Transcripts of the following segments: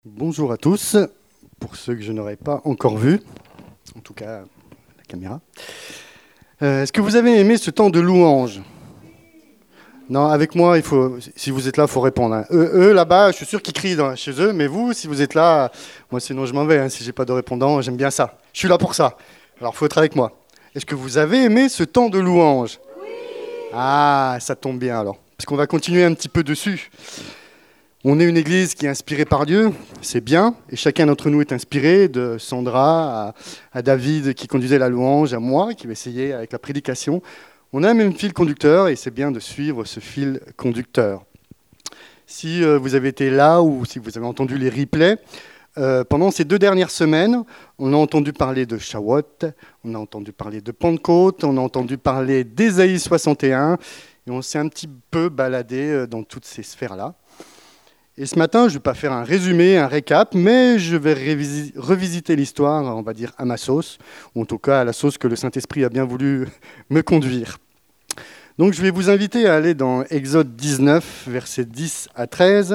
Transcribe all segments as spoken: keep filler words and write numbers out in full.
Bonjour à tous, pour ceux que je n'aurais pas encore vus, en tout cas la caméra. Euh, est-ce que vous avez aimé ce temps de louange? Non, avec moi, il faut, si vous êtes là, il faut répondre. Hein. Eux, eux, là-bas, je suis sûr qu'ils crient dans, chez eux, mais vous, si vous êtes là, moi sinon je m'en vais, hein, si j'ai pas de répondant, j'aime bien ça. Je suis là pour ça, alors il faut être avec moi. Est-ce que vous avez aimé ce temps de louange? Oui. Ah, ça tombe bien alors, parce qu'on va continuer un petit peu dessus. On est une église qui est inspirée par Dieu, c'est bien, et chacun d'entre nous est inspiré, de Sandra à, à David qui conduisait la louange, à moi qui vais essayer avec la prédication. On a même fil conducteur et c'est bien de suivre ce fil conducteur. Si euh, vous avez été là ou si vous avez entendu les replays, euh, pendant ces deux dernières semaines, on a entendu parler de Shavuot, on a entendu parler de Pentecôte, on a entendu parler d'Ésaïe soixante et un, et on s'est un petit peu baladé dans toutes ces sphères-là. Et ce matin, je ne vais pas faire un résumé, un récap, mais je vais révisi- revisiter l'histoire, on va dire, à ma sauce, ou en tout cas à la sauce que le Saint-Esprit a bien voulu me conduire. Donc je vais vous inviter à aller dans Exode dix-neuf, versets dix à treize.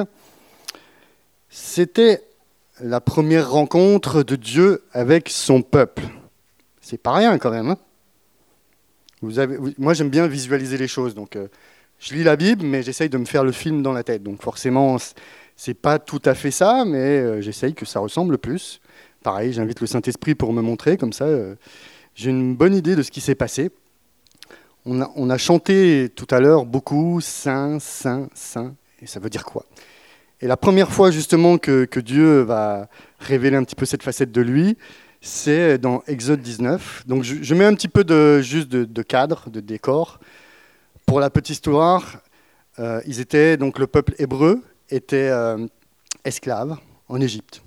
C'était la première rencontre de Dieu avec son peuple. C'est pas rien quand même. Hein vous avez, vous, moi j'aime bien visualiser les choses, donc... Euh, Je lis la Bible, mais j'essaye de me faire le film dans la tête. Donc forcément, c'est pas tout à fait ça, mais euh, j'essaye que ça ressemble plus. Pareil, j'invite le Saint-Esprit pour me montrer, comme ça, euh, j'ai une bonne idée de ce qui s'est passé. On a, on a chanté tout à l'heure beaucoup « Saint, Saint, Saint », et ça veut dire quoi? Et la première fois justement que, que Dieu va révéler un petit peu cette facette de lui, c'est dans Exode dix-neuf. Donc je, je mets un petit peu de, juste de, de cadre, de décor. Pour la petite histoire, euh, ils étaient, donc le peuple hébreu était euh, esclave en Égypte.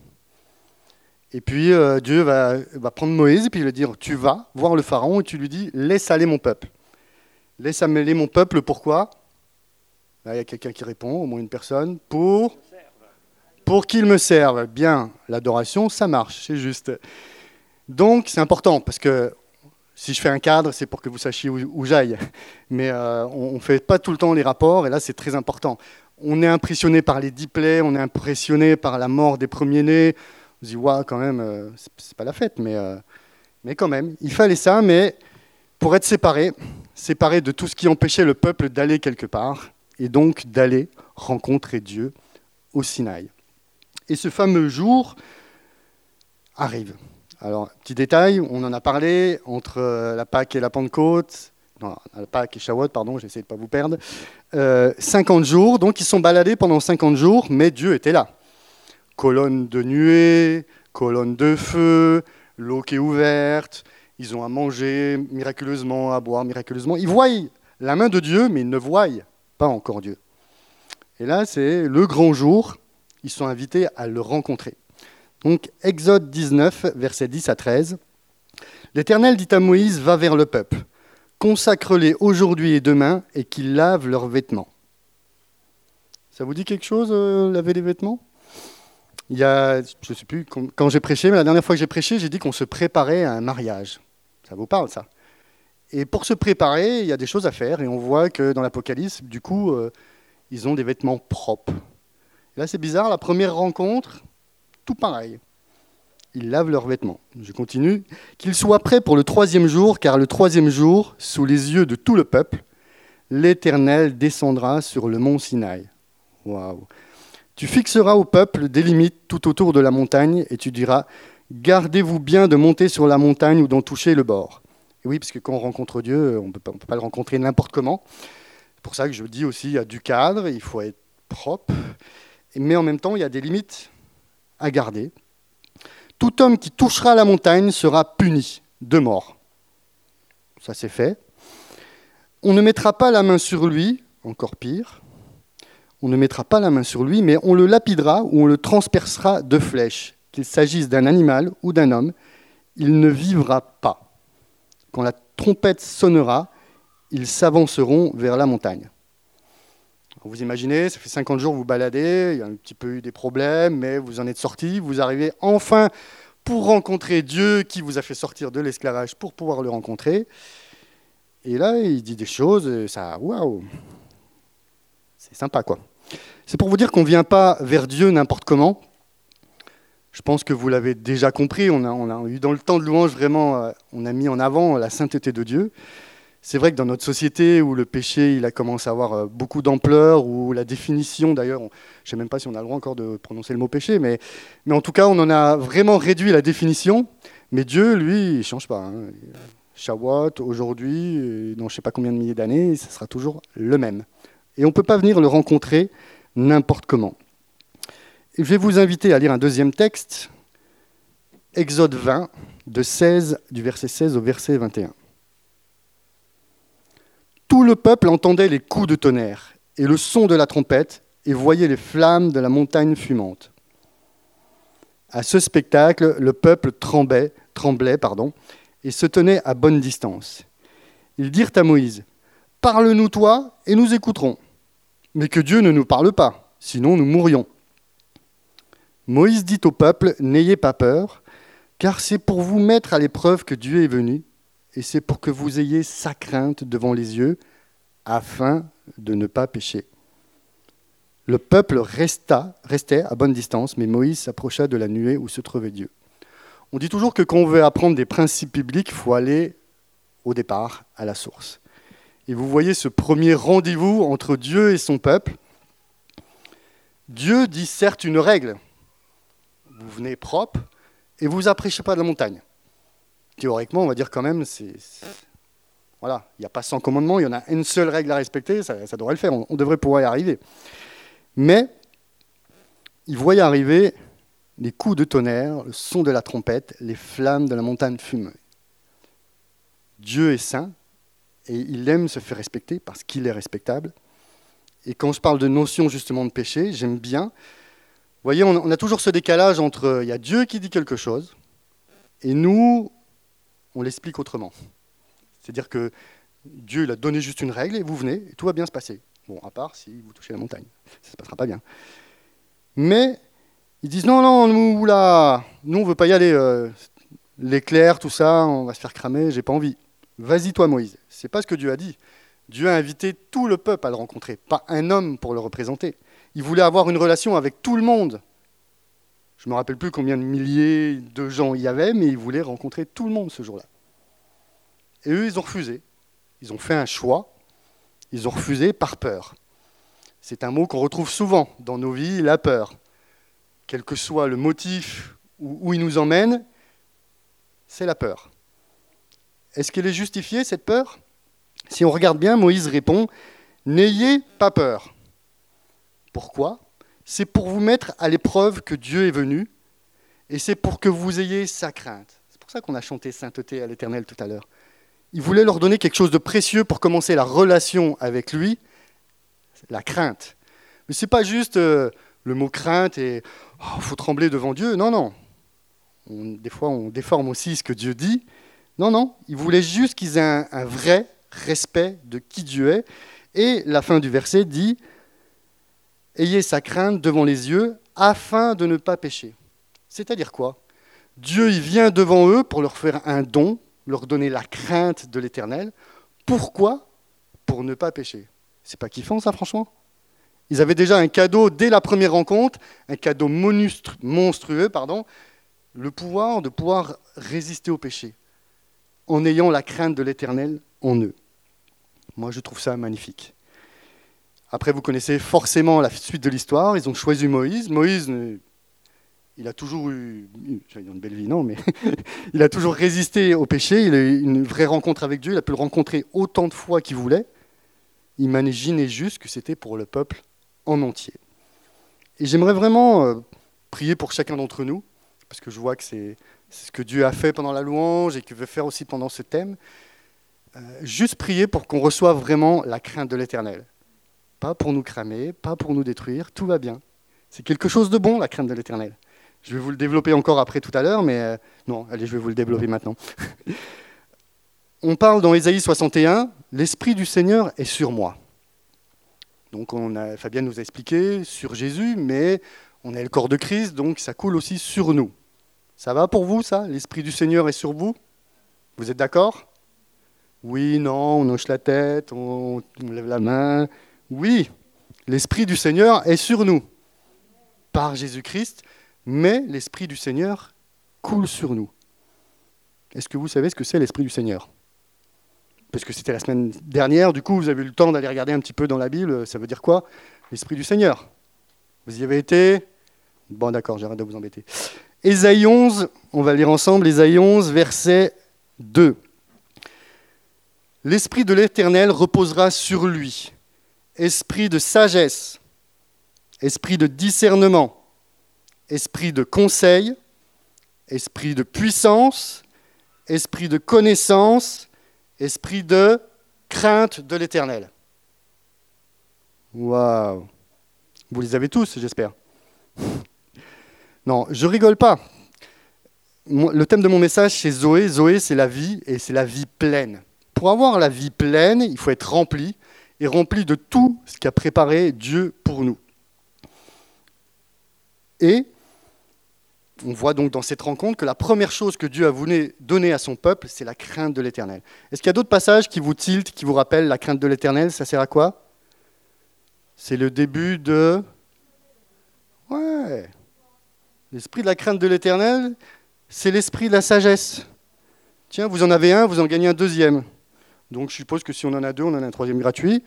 Et puis euh, Dieu va, va prendre Moïse et puis il va dire, tu vas voir le pharaon et tu lui dis, laisse aller mon peuple. Laisse aller mon peuple, pourquoi? Là, il y a quelqu'un qui répond, au moins une personne, pour, pour qu'il me serve. Bien, l'adoration, ça marche, c'est juste. Donc c'est important parce que si je fais un cadre, c'est pour que vous sachiez où, où j'aille. Mais euh, on ne fait pas tout le temps les rapports, et là, c'est très important. On est impressionné par les dix plaies, on est impressionné par la mort des premiers-nés. On se dit, ouais, quand même, euh, c'est pas la fête, mais, euh, mais quand même. Il fallait ça, mais pour être séparé, séparé de tout ce qui empêchait le peuple d'aller quelque part, et donc d'aller rencontrer Dieu au Sinaï. Et ce fameux jour arrive. Alors, petit détail, on en a parlé, entre la Pâque et la Pentecôte, non, la Pâque et Shavuot, pardon, j'essaie de ne pas vous perdre, euh, cinquante jours, donc ils sont baladés pendant cinquante jours, mais Dieu était là. Colonne de nuée, colonne de feu, l'eau qui est ouverte, ils ont à manger miraculeusement, à boire miraculeusement. Ils voient la main de Dieu, mais ils ne voient pas encore Dieu. Et là, c'est le grand jour, ils sont invités à le rencontrer. Donc, Exode dix-neuf, versets dix à treize. L'Éternel dit à Moïse, va vers le peuple, consacre-les aujourd'hui et demain, et qu'ils lavent leurs vêtements. Ça vous dit quelque chose, euh, laver les vêtements? Il y a, je ne sais plus, quand, quand j'ai prêché, mais la dernière fois que j'ai prêché, j'ai dit qu'on se préparait à un mariage. Ça vous parle, ça? Et pour se préparer, il y a des choses à faire, et on voit que dans l'Apocalypse, du coup, euh, ils ont des vêtements propres. Et là, c'est bizarre, la première rencontre... Tout pareil. Ils lavent leurs vêtements. Je continue. Qu'ils soient prêts pour le troisième jour, car le troisième jour, sous les yeux de tout le peuple, l'Éternel descendra sur le mont Sinaï. Waouh. Tu fixeras au peuple des limites tout autour de la montagne et tu diras, gardez-vous bien de monter sur la montagne ou d'en toucher le bord. Et oui, parce que quand on rencontre Dieu, on ne peut pas le rencontrer n'importe comment. C'est pour ça que je dis aussi, il y a du cadre, il faut être propre, mais en même temps, il y a des limites à garder. Tout homme qui touchera la montagne sera puni de mort. Ça, c'est fait. On ne mettra pas la main sur lui, encore pire. On ne mettra pas la main sur lui, mais on le lapidera ou on le transpercera de flèches. Qu'il s'agisse d'un animal ou d'un homme, il ne vivra pas. Quand la trompette sonnera, ils s'avanceront vers la montagne. Vous imaginez, ça fait cinquante jours que vous baladez, il y a un petit peu eu des problèmes, mais vous en êtes sortis, vous arrivez enfin pour rencontrer Dieu qui vous a fait sortir de l'esclavage pour pouvoir le rencontrer. Et là, il dit des choses, et ça, waouh, c'est sympa quoi. C'est pour vous dire qu'on ne vient pas vers Dieu n'importe comment, Je pense que vous l'avez déjà compris, on a, on a eu dans le temps de louange vraiment, euh, on a mis en avant la sainteté de Dieu. C'est vrai que dans notre société où le péché il a commencé à avoir euh, beaucoup d'ampleur, où la définition d'ailleurs, on, je ne sais même pas si on a le droit encore de prononcer le mot péché, mais, mais en tout cas on en a vraiment réduit la définition. Mais Dieu, lui, il ne change pas. Hein. Shawat, aujourd'hui, dans je ne sais pas combien de milliers d'années, ce sera toujours le même. Et on ne peut pas venir le rencontrer n'importe comment. Et je vais vous inviter à lire un deuxième texte, Exode vingt, de seize, du verset seize au verset vingt et un. Tout le peuple entendait les coups de tonnerre et le son de la trompette et voyait les flammes de la montagne fumante. À ce spectacle, le peuple tremblait, tremblait pardon, et se tenait à bonne distance. Ils dirent à Moïse, « Parle-nous toi, et nous écouterons. Mais que Dieu ne nous parle pas, sinon nous mourrions. » Moïse dit au peuple, « N'ayez pas peur, car c'est pour vous mettre à l'épreuve que Dieu est venu, et c'est pour que vous ayez sa crainte devant les yeux, afin de ne pas pécher. » Le peuple resta, restait à bonne distance, mais Moïse s'approcha de la nuée où se trouvait Dieu. On dit toujours que quand on veut apprendre des principes bibliques, il faut aller au départ, à la source. Et vous voyez ce premier rendez-vous entre Dieu et son peuple. Dieu dit certes une règle. Vous venez propre et vous approchez pas de la montagne. Théoriquement, on va dire quand même, c'est, c'est... voilà, il n'y a pas cent commandements, il y en a une seule règle à respecter, ça, ça devrait le faire, on, on devrait pouvoir y arriver. Mais il voyait arriver les coups de tonnerre, le son de la trompette, les flammes de la montagne fumée. Dieu est saint et il aime se faire respecter parce qu'il est respectable. Et quand je parle de notion justement de péché, j'aime bien. Vous voyez, on a toujours ce décalage entre il y a Dieu qui dit quelque chose et nous, on l'explique autrement. C'est-à-dire que Dieu il a donné juste une règle et vous venez et tout va bien se passer. Bon, à part si vous touchez la montagne, ça ne se passera pas bien. Mais ils disent non, non, nous, là, nous on ne veut pas y aller. Euh, l'éclair, tout ça, on va se faire cramer, j'ai pas envie. Vas-y toi Moïse. C'est pas ce que Dieu a dit. Dieu a invité tout le peuple à le rencontrer, pas un homme pour le représenter. Il voulait avoir une relation avec tout le monde. Je ne me rappelle plus combien de milliers de gens il y avait, mais il voulait rencontrer tout le monde ce jour-là. Et eux, ils ont refusé. Ils ont fait un choix. Ils ont refusé par peur. C'est un mot qu'on retrouve souvent dans nos vies, la peur. Quel que soit le motif où il nous emmène, c'est la peur. Est-ce qu'elle est justifiée, cette peur ? Si on regarde bien, Moïse répond « N'ayez pas peur ». Pourquoi ? C'est pour vous mettre à l'épreuve que Dieu est venu, et c'est pour que vous ayez sa crainte. C'est pour ça qu'on a chanté « Sainteté à l'Éternel » tout à l'heure. Il voulait leur donner quelque chose de précieux pour commencer la relation avec lui, la crainte. Mais ce n'est pas juste euh, le mot crainte et il oh, faut trembler devant Dieu. Non, non. On, des fois, on déforme aussi ce que Dieu dit. Non, non. Il voulait juste qu'ils aient un, un vrai respect de qui Dieu est. Et la fin du verset dit « Ayez sa crainte devant les yeux afin de ne pas pécher ». C'est-à-dire quoi ? Dieu il vient devant eux pour leur faire un don, leur donner la crainte de l'Éternel. Pourquoi ? Pour ne pas pécher. C'est pas kiffant ça, franchement ? Ils avaient déjà un cadeau dès la première rencontre, un cadeau monstru- monstrueux, pardon, le pouvoir de pouvoir résister au péché, en ayant la crainte de l'Éternel en eux. Moi, je trouve ça magnifique. Après, vous connaissez forcément la suite de l'histoire. Ils ont choisi Moïse. Moïse, il a toujours eu, j'allais dire une belle vie, non, mais il a toujours résisté au péché. Il a eu une vraie rencontre avec Dieu. Il a pu le rencontrer autant de fois qu'il voulait. Imaginez juste que c'était pour le peuple en entier. Et j'aimerais vraiment euh, prier pour chacun d'entre nous, parce que je vois que c'est, c'est ce que Dieu a fait pendant la louange et qu'il veut faire aussi pendant ce thème. Euh, juste prier pour qu'on reçoive vraiment la crainte de l'Éternel. Pas pour nous cramer, pas pour nous détruire, tout va bien. C'est quelque chose de bon, la crainte de l'Éternel. Je vais vous le développer encore après tout à l'heure, mais euh, non, allez, je vais vous le développer maintenant. On parle dans Ésaïe soixante et un, « L'Esprit du Seigneur est sur moi ». Donc on a, Fabienne nous a expliqué sur Jésus, mais on est le corps de Christ, donc ça coule aussi sur nous. Ça va pour vous, ça ? L'Esprit du Seigneur est sur vous ? Vous êtes d'accord ? Oui, non, on hoche la tête, on, on lève la main. Oui, l'Esprit du Seigneur est sur nous, par Jésus-Christ, mais l'Esprit du Seigneur coule sur nous. Est-ce que vous savez ce que c'est l'Esprit du Seigneur ? Parce que c'était la semaine dernière, du coup, vous avez eu le temps d'aller regarder un petit peu dans la Bible. Ça veut dire quoi ? L'Esprit du Seigneur. Vous y avez été ? Bon, d'accord, j'arrête de vous embêter. Ésaïe onze, on va lire ensemble, Ésaïe onze, verset deux. L'Esprit de l'Éternel reposera sur lui. Esprit de sagesse, esprit de discernement, esprit de conseil, esprit de puissance, esprit de connaissance, esprit de crainte de l'Éternel. Waouh! Vous les avez tous, j'espère. Non, je rigole pas. Le thème de mon message, c'est Zoé. Zoé, c'est la vie, et c'est la vie pleine. Pour avoir la vie pleine, il faut être rempli, et rempli de tout ce qu'a préparé Dieu pour nous. Et on voit donc dans cette rencontre que la première chose que Dieu a voulu donner à son peuple, c'est la crainte de l'Éternel. Est-ce qu'il y a d'autres passages qui vous tiltent, qui vous rappellent la crainte de l'Éternel ? Ça sert à quoi ? C'est le début de... Ouais. L'esprit de la crainte de l'Éternel, c'est l'esprit de la sagesse. Tiens, vous en avez un, vous en gagnez un deuxième. Donc je suppose que si on en a deux, on en a un troisième gratuit.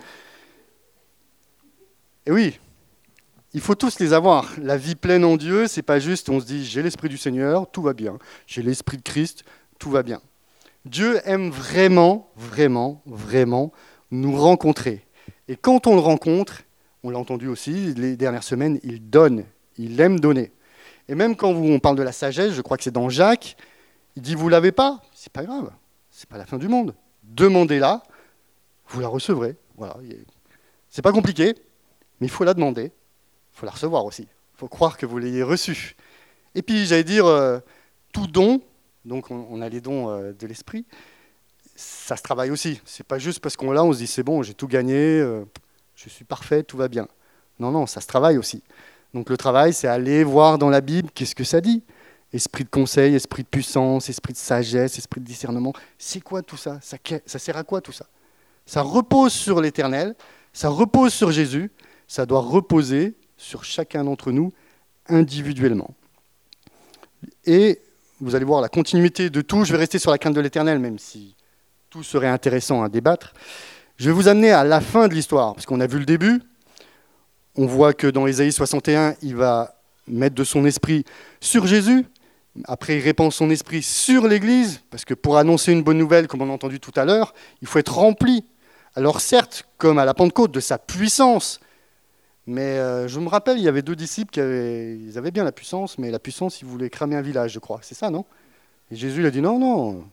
Et oui, il faut tous les avoir. La vie pleine en Dieu, c'est pas juste, on se dit, j'ai l'Esprit du Seigneur, tout va bien. J'ai l'Esprit de Christ, tout va bien. Dieu aime vraiment, vraiment, vraiment nous rencontrer. Et quand on le rencontre, on l'a entendu aussi les dernières semaines, il donne, il aime donner. Et même quand on parle de la sagesse, je crois que c'est dans Jacques, il dit, vous ne l'avez pas, c'est pas grave, c'est pas la fin du monde. Demandez-la, vous la recevrez. Voilà. C'est pas compliqué, mais il faut la demander. Il faut la recevoir aussi. Il faut croire que vous l'ayez reçue. Et puis, j'allais dire, euh, tout don, donc on, on a les dons euh, de l'esprit, ça se travaille aussi. C'est pas juste parce qu'on l'a, on se dit, c'est bon, j'ai tout gagné, euh, je suis parfait, tout va bien. Non, non, ça se travaille aussi. Donc le travail, c'est aller voir dans la Bible, qu'est-ce que ça dit ? Esprit de conseil, esprit de puissance, esprit de sagesse, esprit de discernement. C'est quoi tout ça ? ça Ça sert à quoi tout ça ? Ça repose sur l'Éternel, ça repose sur Jésus, ça doit reposer sur chacun d'entre nous individuellement. Et vous allez voir la continuité de tout. Je vais rester sur la crainte de l'Éternel, même si tout serait intéressant à débattre. Je vais vous amener à la fin de l'histoire, parce qu'on a vu le début. On voit que dans Ésaïe soixante et un, il va mettre de son esprit sur Jésus. Après, il répand son esprit sur l'Église, parce que pour annoncer une bonne nouvelle, comme on a entendu tout à l'heure, il faut être rempli. Alors certes, comme à la Pentecôte, de sa puissance. Mais euh, je me rappelle, il y avait deux disciples qui avaient, ils avaient bien la puissance, mais la puissance, ils voulaient cramer un village, je crois. C'est ça, non ? Et Jésus il a dit non, non.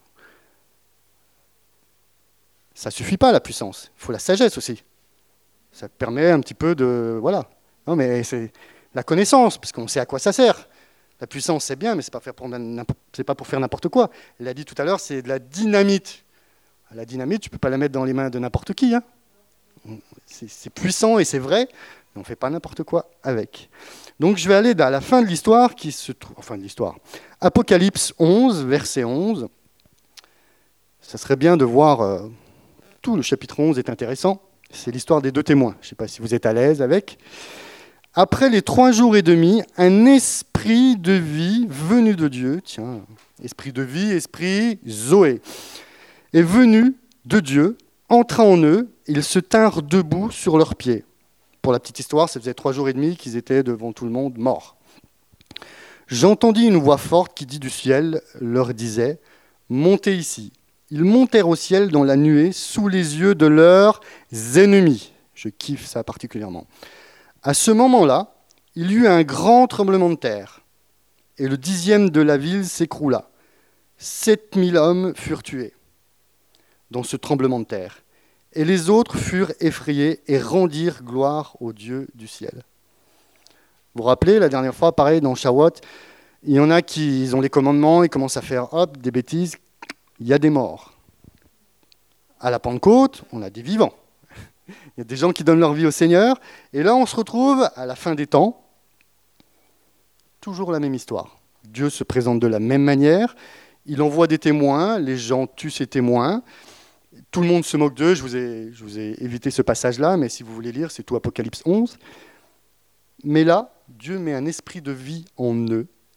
Ça ne suffit pas, la puissance. Il faut la sagesse aussi. Ça permet un petit peu de... Voilà. Non, mais c'est la connaissance, parce qu'on sait à quoi ça sert. La puissance, c'est bien, mais ce n'est pas pour faire n'importe quoi. Il a dit tout à l'heure, c'est de la dynamite. La dynamite, tu ne peux pas la mettre dans les mains de n'importe qui. Hein. C'est, c'est puissant et c'est vrai, mais on ne fait pas n'importe quoi avec. Donc je vais aller à la fin de l'histoire, qui se trouve... Enfin, de l'histoire. Apocalypse onze, verset onze. Ça serait bien de voir... Euh, tout le chapitre onze est intéressant. C'est l'histoire des deux témoins. Je ne sais pas si vous êtes à l'aise avec. Après les trois jours et demi, un esprit de vie venu de Dieu, tiens, esprit de vie, esprit Zoé, est venu de Dieu, entra en eux, ils se tinrent debout sur leurs pieds. Pour la petite histoire, ça faisait trois jours et demi qu'ils étaient devant tout le monde morts. J'entendis une voix forte qui dit du ciel, leur disait, « Montez ici ». Ils montèrent au ciel dans la nuée, sous les yeux de leurs ennemis. Je kiffe ça particulièrement. À ce moment-là, il y eut un grand tremblement de terre, et le dixième de la ville s'écroula. Sept mille hommes furent tués dans ce tremblement de terre, et les autres furent effrayés et rendirent gloire au Dieu du ciel. Vous vous rappelez, la dernière fois, pareil, dans Shavuot, il y en a qui ils ont les commandements, ils commencent à faire hop, des bêtises. Il y a des morts. À la Pentecôte, on a des vivants. Il y a des gens qui donnent leur vie au Seigneur. Et là, on se retrouve à la fin des temps. Toujours la même histoire. Dieu se présente de la même manière. Il envoie des témoins. Les gens tuent ces témoins. Tout le monde se moque d'eux. Je vous ai, je vous ai évité ce passage-là, mais si vous voulez lire, c'est tout Apocalypse onze. Mais là, Dieu met un esprit de vie en eux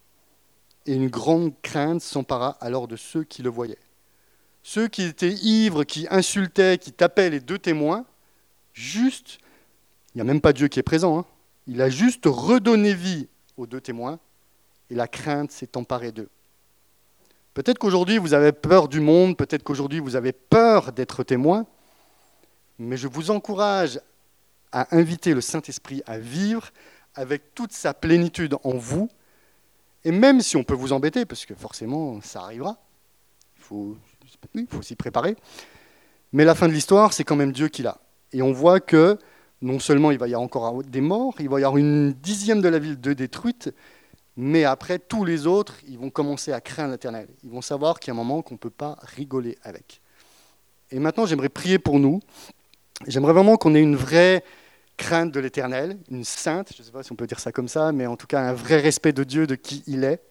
Et une grande crainte s'empara alors de ceux qui le voyaient. Ceux qui étaient ivres, qui insultaient, qui tapaient les deux témoins, juste, il n'y a même pas Dieu qui est présent, hein, il a juste redonné vie aux deux témoins et la crainte s'est emparée d'eux. Peut-être qu'aujourd'hui vous avez peur du monde, peut-être qu'aujourd'hui vous avez peur d'être témoin, mais je vous encourage à inviter le Saint-Esprit à vivre avec toute sa plénitude en vous. Et même si on peut vous embêter, parce que forcément ça arrivera, il faut, il faut s'y préparer, mais la fin de l'histoire, c'est quand même Dieu qui l'a. Et on voit que non seulement il va y avoir encore des morts, il va y avoir une dixième de la ville de détruite, mais après, tous les autres, ils vont commencer à craindre l'Éternel. Ils vont savoir qu'il y a un moment qu'on ne peut pas rigoler avec. Et maintenant, j'aimerais prier pour nous. J'aimerais vraiment qu'on ait une vraie crainte de l'Éternel, une sainte, je ne sais pas si on peut dire ça comme ça, mais en tout cas un vrai respect de Dieu, de qui il est,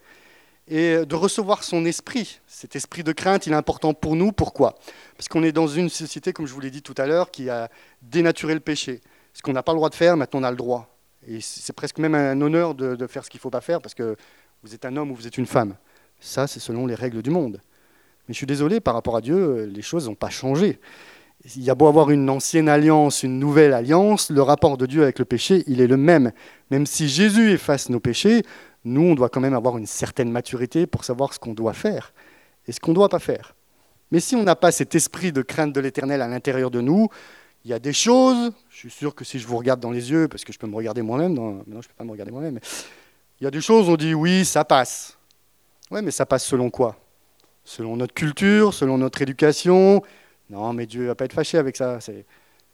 et de recevoir son esprit. Cet esprit de crainte, il est important pour nous. Pourquoi ? Parce qu'on est dans une société, comme je vous l'ai dit tout à l'heure, qui a dénaturé le péché. Ce qu'on n'a pas le droit de faire, maintenant on a le droit. Et c'est presque même un honneur de, de faire ce qu'il ne faut pas faire, parce que vous êtes un homme ou vous êtes une femme. Ça, c'est selon les règles du monde. Mais je suis désolé, par rapport à Dieu, les choses n'ont pas changé. Il y a beau avoir une ancienne alliance, une nouvelle alliance, le rapport de Dieu avec le péché, il est le même. Même si Jésus efface nos péchés, nous, on doit quand même avoir une certaine maturité pour savoir ce qu'on doit faire et ce qu'on ne doit pas faire. Mais si on n'a pas cet esprit de crainte de l'Éternel à l'intérieur de nous, il y a des choses, je suis sûr que si je vous regarde dans les yeux, parce que je peux me regarder moi-même, dans, non, je ne peux pas me regarder moi-même, mais il y a des choses, on dit oui, ça passe. Oui, mais ça passe selon quoi ? Selon notre culture, selon notre éducation. Non, mais Dieu ne va pas être fâché avec ça. C'est,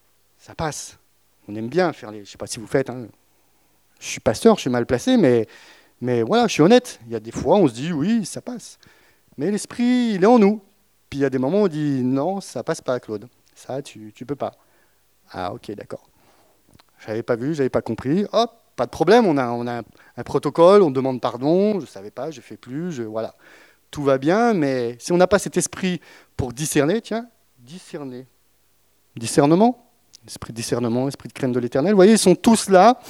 ça passe. On aime bien faire les... Je ne sais pas si vous faites. Hein. Je suis pasteur, je suis mal placé, mais, mais voilà, je suis honnête. Il y a des fois, on se dit oui, ça passe. Mais l'esprit, il est en nous. Puis il y a des moments où on dit non, ça passe pas, Claude. Ça, tu ne peux pas. Ah, ok, d'accord. Je n'avais pas vu, je n'avais pas compris. Hop, pas de problème, on a, on a un, un protocole, on demande pardon. Je ne savais pas, je ne fais plus, je, voilà. Tout va bien, mais si on n'a pas cet esprit pour discerner, tiens, discerner. Discernement, esprit de discernement, esprit de crainte de l'Éternel. Vous voyez, ils sont tous là,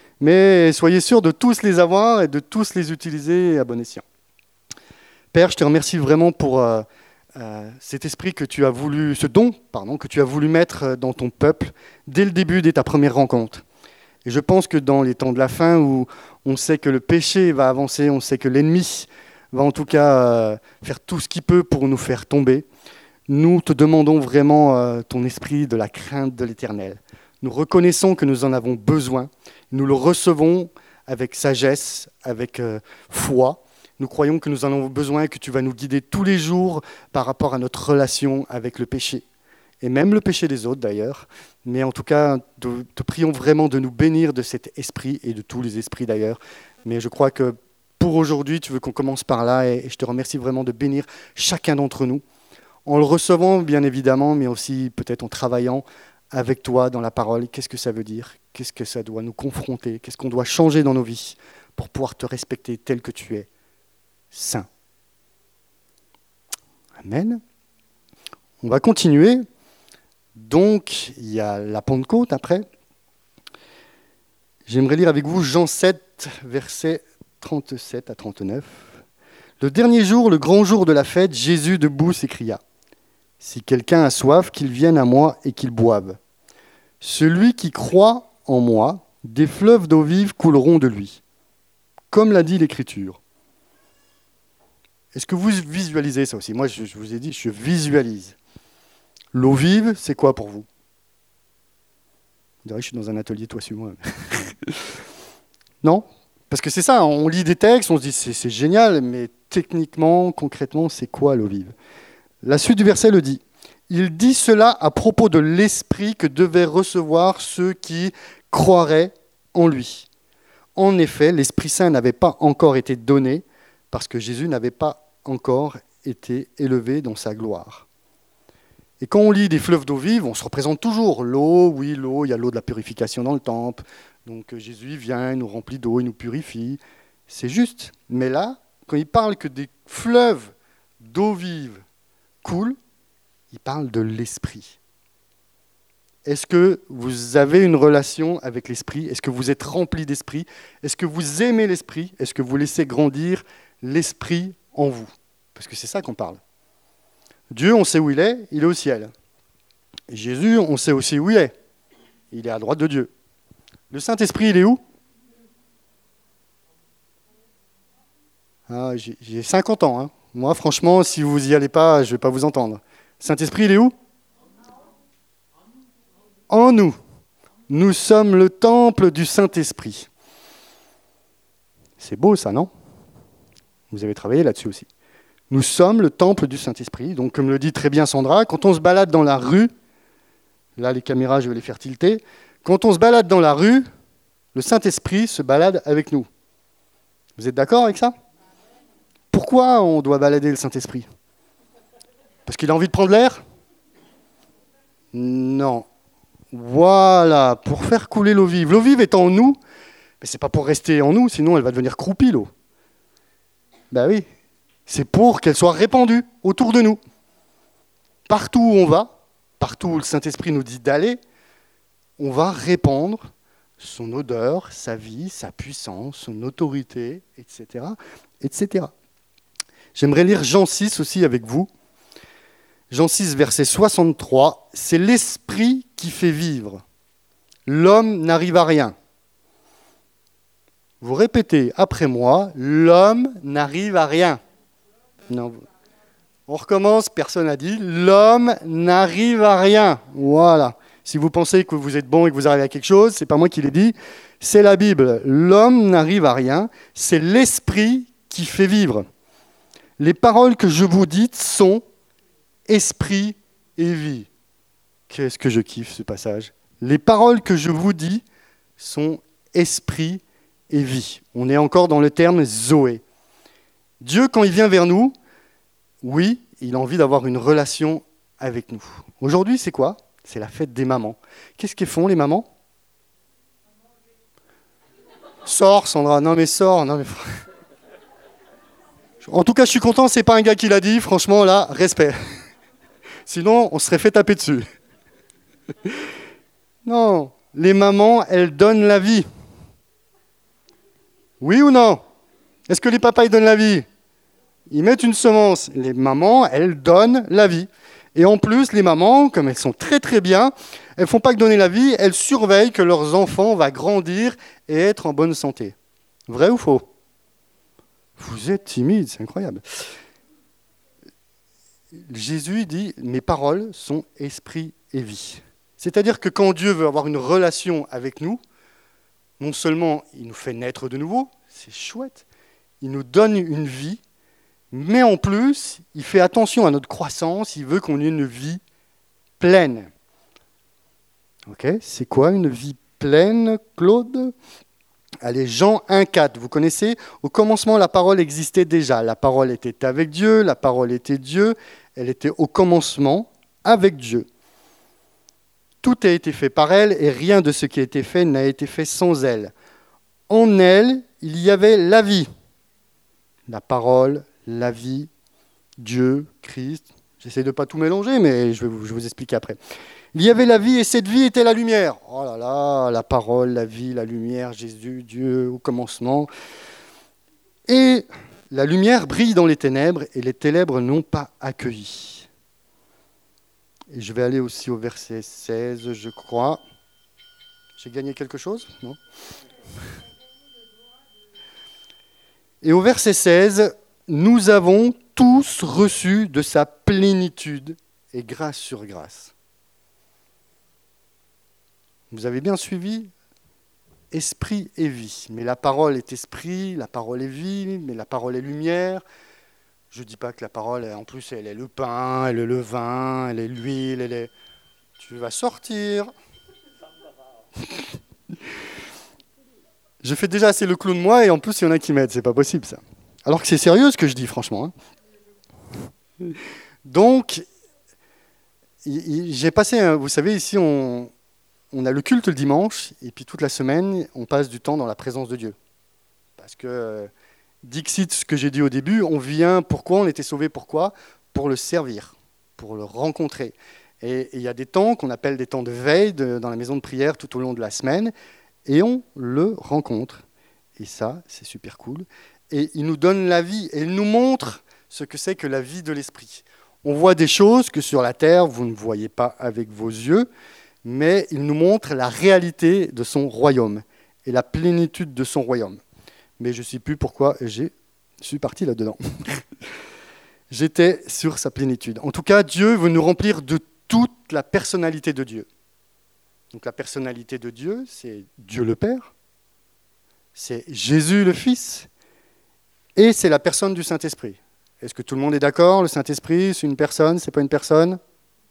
mais soyez sûrs de tous les avoir et de tous les utiliser à bon escient. Père, je te remercie vraiment pour euh, euh, cet esprit que tu as voulu, ce don, pardon, que tu as voulu mettre dans ton peuple dès le début, dès ta première rencontre. Et je pense que dans les temps de la fin, où on sait que le péché va avancer, on sait que l'ennemi va en tout cas euh, faire tout ce qu'il peut pour nous faire tomber, nous te demandons vraiment euh, ton esprit de la crainte de l'Éternel. Nous reconnaissons que nous en avons besoin, nous le recevons avec sagesse, avec euh, foi. Nous croyons que nous en avons besoin et que tu vas nous guider tous les jours par rapport à notre relation avec le péché. Et même le péché des autres d'ailleurs. Mais en tout cas, te, te prions vraiment de nous bénir de cet esprit et de tous les esprits d'ailleurs. Mais je crois que pour aujourd'hui, tu veux qu'on commence par là et, et je te remercie vraiment de bénir chacun d'entre nous. En le recevant bien évidemment, mais aussi peut-être en travaillant avec toi dans la parole. Qu'est-ce que ça veut dire ? Qu'est-ce que ça doit nous confronter ? Qu'est-ce qu'on doit changer dans nos vies pour pouvoir te respecter tel que tu es ? Saint. Amen. On va continuer. Donc, il y a la Pentecôte après. J'aimerais lire avec vous Jean sept, versets trente-sept à trente-neuf. Le dernier jour, le grand jour de la fête, Jésus debout s'écria : « Si quelqu'un a soif, qu'il vienne à moi et qu'il boive. Celui qui croit en moi, des fleuves d'eau vive couleront de lui. » Comme l'a dit l'Écriture. Est-ce que vous visualisez ça aussi ? Moi, je, je vous ai dit, je visualise. L'eau vive, c'est quoi pour vous ? On dirait que je suis dans un atelier, toi, suis-moi. Non ? Parce que c'est ça, on lit des textes, on se dit c'est, c'est génial, mais techniquement, concrètement, c'est quoi l'eau vive ? La suite du verset le dit. Il dit cela à propos de l'esprit que devaient recevoir ceux qui croiraient en lui. En effet, l'Esprit Saint n'avait pas encore été donné parce que Jésus n'avait pas encore été élevé dans sa gloire. Et quand on lit des fleuves d'eau vive, on se représente toujours l'eau, oui, l'eau, il y a l'eau de la purification dans le temple. Donc Jésus vient, il nous remplit d'eau, il nous purifie. C'est juste. Mais là, quand il parle que des fleuves d'eau vive coulent, il parle de l'esprit. Est-ce que vous avez une relation avec l'esprit ? Est-ce que vous êtes rempli d'esprit ? Est-ce que vous aimez l'esprit ? Est-ce que vous laissez grandir l'Esprit en vous. Parce que c'est ça qu'on parle. Dieu, on sait où il est, il est au ciel. Et Jésus, on sait aussi où il est. Il est à droite de Dieu. Le Saint-Esprit, il est où? ah, j'ai, j'ai cinquante ans. Hein. Moi, franchement, si vous n'y allez pas, je ne vais pas vous entendre. Saint-Esprit, il est où? En nous. Nous sommes le temple du Saint-Esprit. C'est beau ça, non? Vous avez travaillé là-dessus aussi. Nous sommes le temple du Saint-Esprit. Donc, comme le dit très bien Sandra, quand on se balade dans la rue, là, les caméras, je vais les faire tilter. Quand on se balade dans la rue, le Saint-Esprit se balade avec nous. Vous êtes d'accord avec ça? Pourquoi on doit balader le Saint-Esprit? Parce qu'il a envie de prendre l'air? Non. Voilà, pour faire couler l'eau vive. L'eau vive est en nous, mais ce n'est pas pour rester en nous, sinon elle va devenir croupie, l'eau. Ben oui, c'est pour qu'elle soit répandue autour de nous. Partout où on va, partout où le Saint-Esprit nous dit d'aller, on va répandre son odeur, sa vie, sa puissance, son autorité, et cetera, et cetera. J'aimerais lire Jean six aussi avec vous. Jean six, verset soixante-trois. C'est l'Esprit qui fait vivre. L'homme n'arrive à rien. Vous répétez après moi, l'homme n'arrive à rien. Non. On recommence, personne n'a dit. L'homme n'arrive à rien. Voilà. Si vous pensez que vous êtes bon et que vous arrivez à quelque chose, ce n'est pas moi qui l'ai dit, c'est la Bible. L'homme n'arrive à rien, c'est l'Esprit qui fait vivre. Les paroles que je vous dis sont esprit et vie. Qu'est-ce que je kiffe ce passage. Les paroles que je vous dis sont esprit et vie. On est encore dans le terme Zoé. Dieu, quand il vient vers nous, oui, il a envie d'avoir une relation avec nous. Aujourd'hui, c'est quoi? C'est la fête des mamans. Qu'est-ce qu'elles font, les mamans? Sors, Sandra. Non, mais sors. Non, mais... En tout cas, je suis content, c'est pas un gars qui l'a dit. Franchement, là, respect. Sinon, on serait fait taper dessus. Non, les mamans, elles donnent la vie. Oui ou non? Est-ce que les papas, ils donnent la vie? Ils mettent une semence. Les mamans, elles donnent la vie. Et en plus, les mamans, comme elles sont très très bien, elles ne font pas que donner la vie, elles surveillent que leurs enfants vont grandir et être en bonne santé. Vrai ou faux? Vous êtes timide, c'est incroyable. Jésus dit, mes paroles sont esprit et vie. C'est-à-dire que quand Dieu veut avoir une relation avec nous, non seulement il nous fait naître de nouveau, c'est chouette, il nous donne une vie, mais en plus, il fait attention à notre croissance, il veut qu'on ait une vie pleine. Ok, c'est quoi une vie pleine, Claude? Allez, Jean un quatre, vous connaissez? Au commencement, la parole existait déjà. La parole était avec Dieu, la parole était Dieu, elle était au commencement avec Dieu. Tout a été fait par elle et rien de ce qui a été fait n'a été fait sans elle. En elle, il y avait la vie. La parole, la vie, Dieu, Christ. J'essaie de ne pas tout mélanger, mais je vais vous, je vais vous expliquer après. Il y avait la vie et cette vie était la lumière. Oh là là, la parole, la vie, la lumière, Jésus, Dieu, au commencement. Et la lumière brille dans les ténèbres et les ténèbres n'ont pas accueilli. Et je vais aller aussi au verset seize, je crois. J'ai gagné quelque chose? Non? Et au verset seize, nous avons tous reçu de sa plénitude et grâce sur grâce. Vous avez bien suivi? Esprit et vie. Mais la parole est esprit, la parole est vie, mais la parole est lumière. Je ne dis pas que la parole, en plus, elle est le pain, elle est le vin, elle est l'huile, elle est... Tu vas sortir. Je fais déjà assez le clown de moi et en plus, il y en a qui m'aident. C'est pas possible, ça. Alors que c'est sérieux ce que je dis, franchement. Hein. Donc, j'ai passé, un, vous savez, ici, on... On a le culte le dimanche, et puis toute la semaine, on passe du temps dans la présence de Dieu. Parce que, euh, dixit, ce que j'ai dit au début, on vient, pourquoi on était sauvé, pourquoi? Pour le servir, pour le rencontrer. Et il y a des temps qu'on appelle des temps de veille de, dans la maison de prière tout au long de la semaine, et on le rencontre. Et ça, c'est super cool. et il nous donne la vie, et il nous montre ce que c'est que la vie de l'esprit. On voit des choses que sur la terre, vous ne voyez pas avec vos yeux, mais il nous montre la réalité de son royaume et la plénitude de son royaume. Mais je ne sais plus pourquoi j'ai, je suis parti là-dedans. J'étais sur sa plénitude. En tout cas, Dieu veut nous remplir de toute la personnalité de Dieu. Donc la personnalité de Dieu, c'est Dieu le Père, c'est Jésus le Fils, et c'est la personne du Saint-Esprit. Est-ce que tout le monde est d'accord? Le Saint-Esprit, c'est une personne, c'est pas une personne?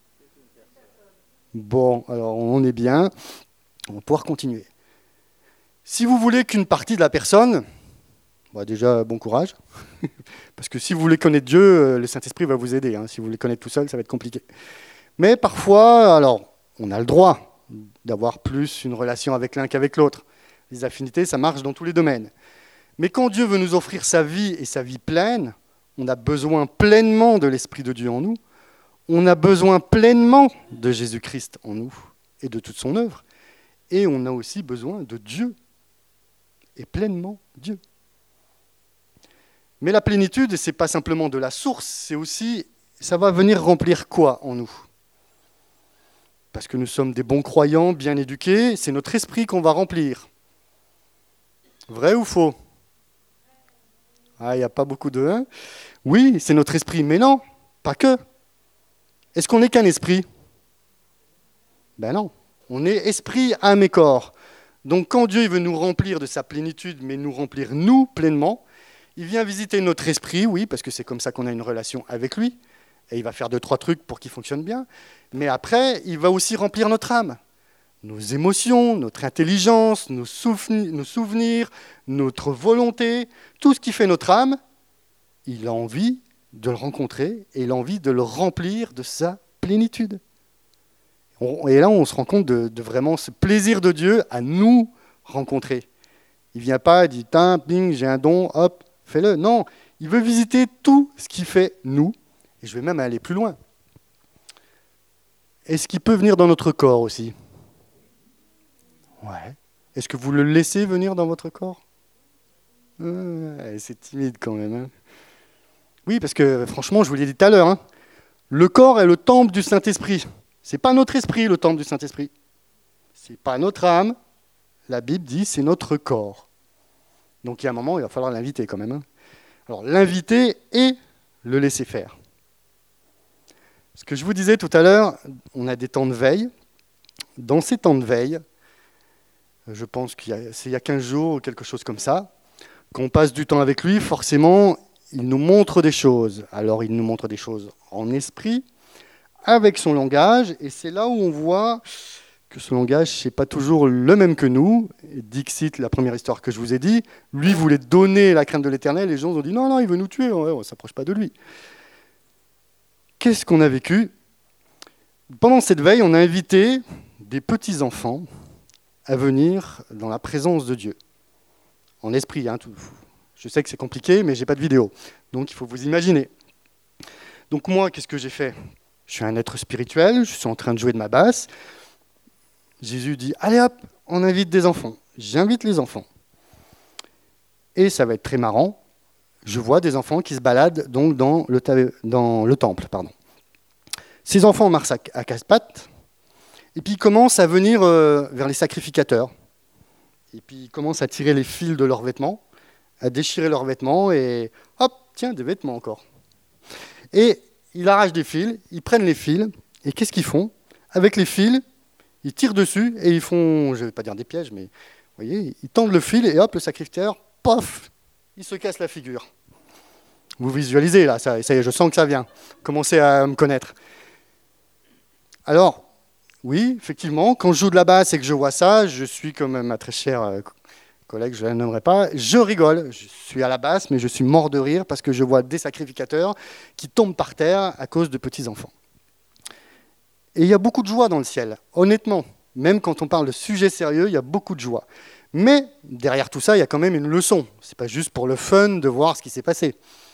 Bon, alors on est bien, on va pouvoir continuer. Si vous voulez qu'une partie de la personne, bah déjà bon courage, parce que si vous voulez connaître Dieu, le Saint-Esprit va vous aider. Hein. Si vous voulez connaître tout seul, ça va être compliqué. Mais parfois, alors, on a le droit d'avoir plus une relation avec l'un qu'avec l'autre. Les affinités, ça marche dans tous les domaines. Mais quand Dieu veut nous offrir sa vie et sa vie pleine, on a besoin pleinement de l'Esprit de Dieu en nous, on a besoin pleinement de Jésus-Christ en nous et de toute son œuvre, et on a aussi besoin de Dieu, et pleinement Dieu. Mais la plénitude, ce n'est pas simplement de la source, c'est aussi, ça va venir remplir quoi en nous? Parce que nous sommes des bons croyants, bien éduqués, c'est notre esprit qu'on va remplir. Vrai ou faux? Ah, il n'y a pas beaucoup de hein. Oui, c'est notre esprit, mais non, pas que. Est-ce qu'on n'est qu'un esprit? Ben non, on est esprit, âme et corps. Donc quand Dieu il veut nous remplir de sa plénitude, mais nous remplir nous pleinement, il vient visiter notre esprit, oui, parce que c'est comme ça qu'on a une relation avec lui, et il va faire deux, trois trucs pour qu'il fonctionne bien. Mais après, il va aussi remplir notre âme, nos émotions, notre intelligence, nos souvenirs, nos souvenirs, notre volonté, tout ce qui fait notre âme, il a envie de le rencontrer et il a envie de le remplir de sa plénitude. Et là, on se rend compte de, de vraiment ce plaisir de Dieu à nous rencontrer. Il ne vient pas et dit « Tiens, ping, j'ai un don, hop, fais-le ». Non, il veut visiter tout ce qui fait nous. Et je vais même aller plus loin. Est-ce qu'il peut venir dans notre corps aussi? Ouais. Est-ce que vous le laissez venir dans votre corps? euh, C'est timide quand même. Hein. Oui, parce que franchement, je vous l'ai dit tout à l'heure, hein, le corps est le temple du Saint-Esprit. Ce n'est pas notre esprit, le temple du Saint-Esprit. Ce n'est pas notre âme. La Bible dit c'est notre corps. Donc il y a un moment, il va falloir l'inviter quand même. Hein. Alors l'inviter et le laisser faire. Ce que je vous disais tout à l'heure, on a des temps de veille. Dans ces temps de veille, je pense qu'il y a, c'est il y a quinze jours ou quelque chose comme ça, qu'on passe du temps avec lui, forcément, il nous montre des choses. Alors il nous montre des choses en esprit, avec son langage, et c'est là où on voit que ce langage, ce n'est pas toujours le même que nous. Dixit, la première histoire que je vous ai dit, lui voulait donner la crainte de l'Éternel, les gens ont dit non, non, il veut nous tuer, on ne s'approche pas de lui. Qu'est-ce qu'on a vécu? Pendant cette veille, on a invité des petits-enfants à venir dans la présence de Dieu. En esprit, hein, tout. Je sais que c'est compliqué, mais je n'ai pas de vidéo. Donc il faut vous imaginer. Donc moi, qu'est-ce que j'ai fait? Je suis un être spirituel, je suis en train de jouer de ma basse. Jésus dit, allez hop, on invite des enfants. J'invite les enfants. Et ça va être très marrant. Je vois des enfants qui se baladent donc dans le, ta- dans le temple. Pardon. Ces enfants marchent à, à casse-pattes, et puis ils commencent à venir euh, vers les sacrificateurs. Et puis ils commencent à tirer les fils de leurs vêtements, à déchirer leurs vêtements, et hop, tiens, des vêtements encore. Et ils arrachent des fils, ils prennent les fils, et qu'est-ce qu'ils font? Avec les fils, ils tirent dessus, et ils font, je ne vais pas dire des pièges, mais vous voyez, ils tendent le fil, et hop, le sacrificateur, pof, il se casse la figure. Vous visualisez là, ça, ça y est, je sens que ça vient. Commencez à me connaître. Alors, oui, effectivement, quand je joue de la basse et que je vois ça, je suis comme ma très chère collègue, je ne la nommerai pas, je rigole. Je suis à la basse, mais je suis mort de rire parce que je vois des sacrificateurs qui tombent par terre à cause de petits-enfants. Et il y a beaucoup de joie dans le ciel, honnêtement. Même quand on parle de sujets sérieux, il y a beaucoup de joie. Mais derrière tout ça, il y a quand même une leçon. Ce n'est pas juste pour le fun de voir ce qui s'est passé.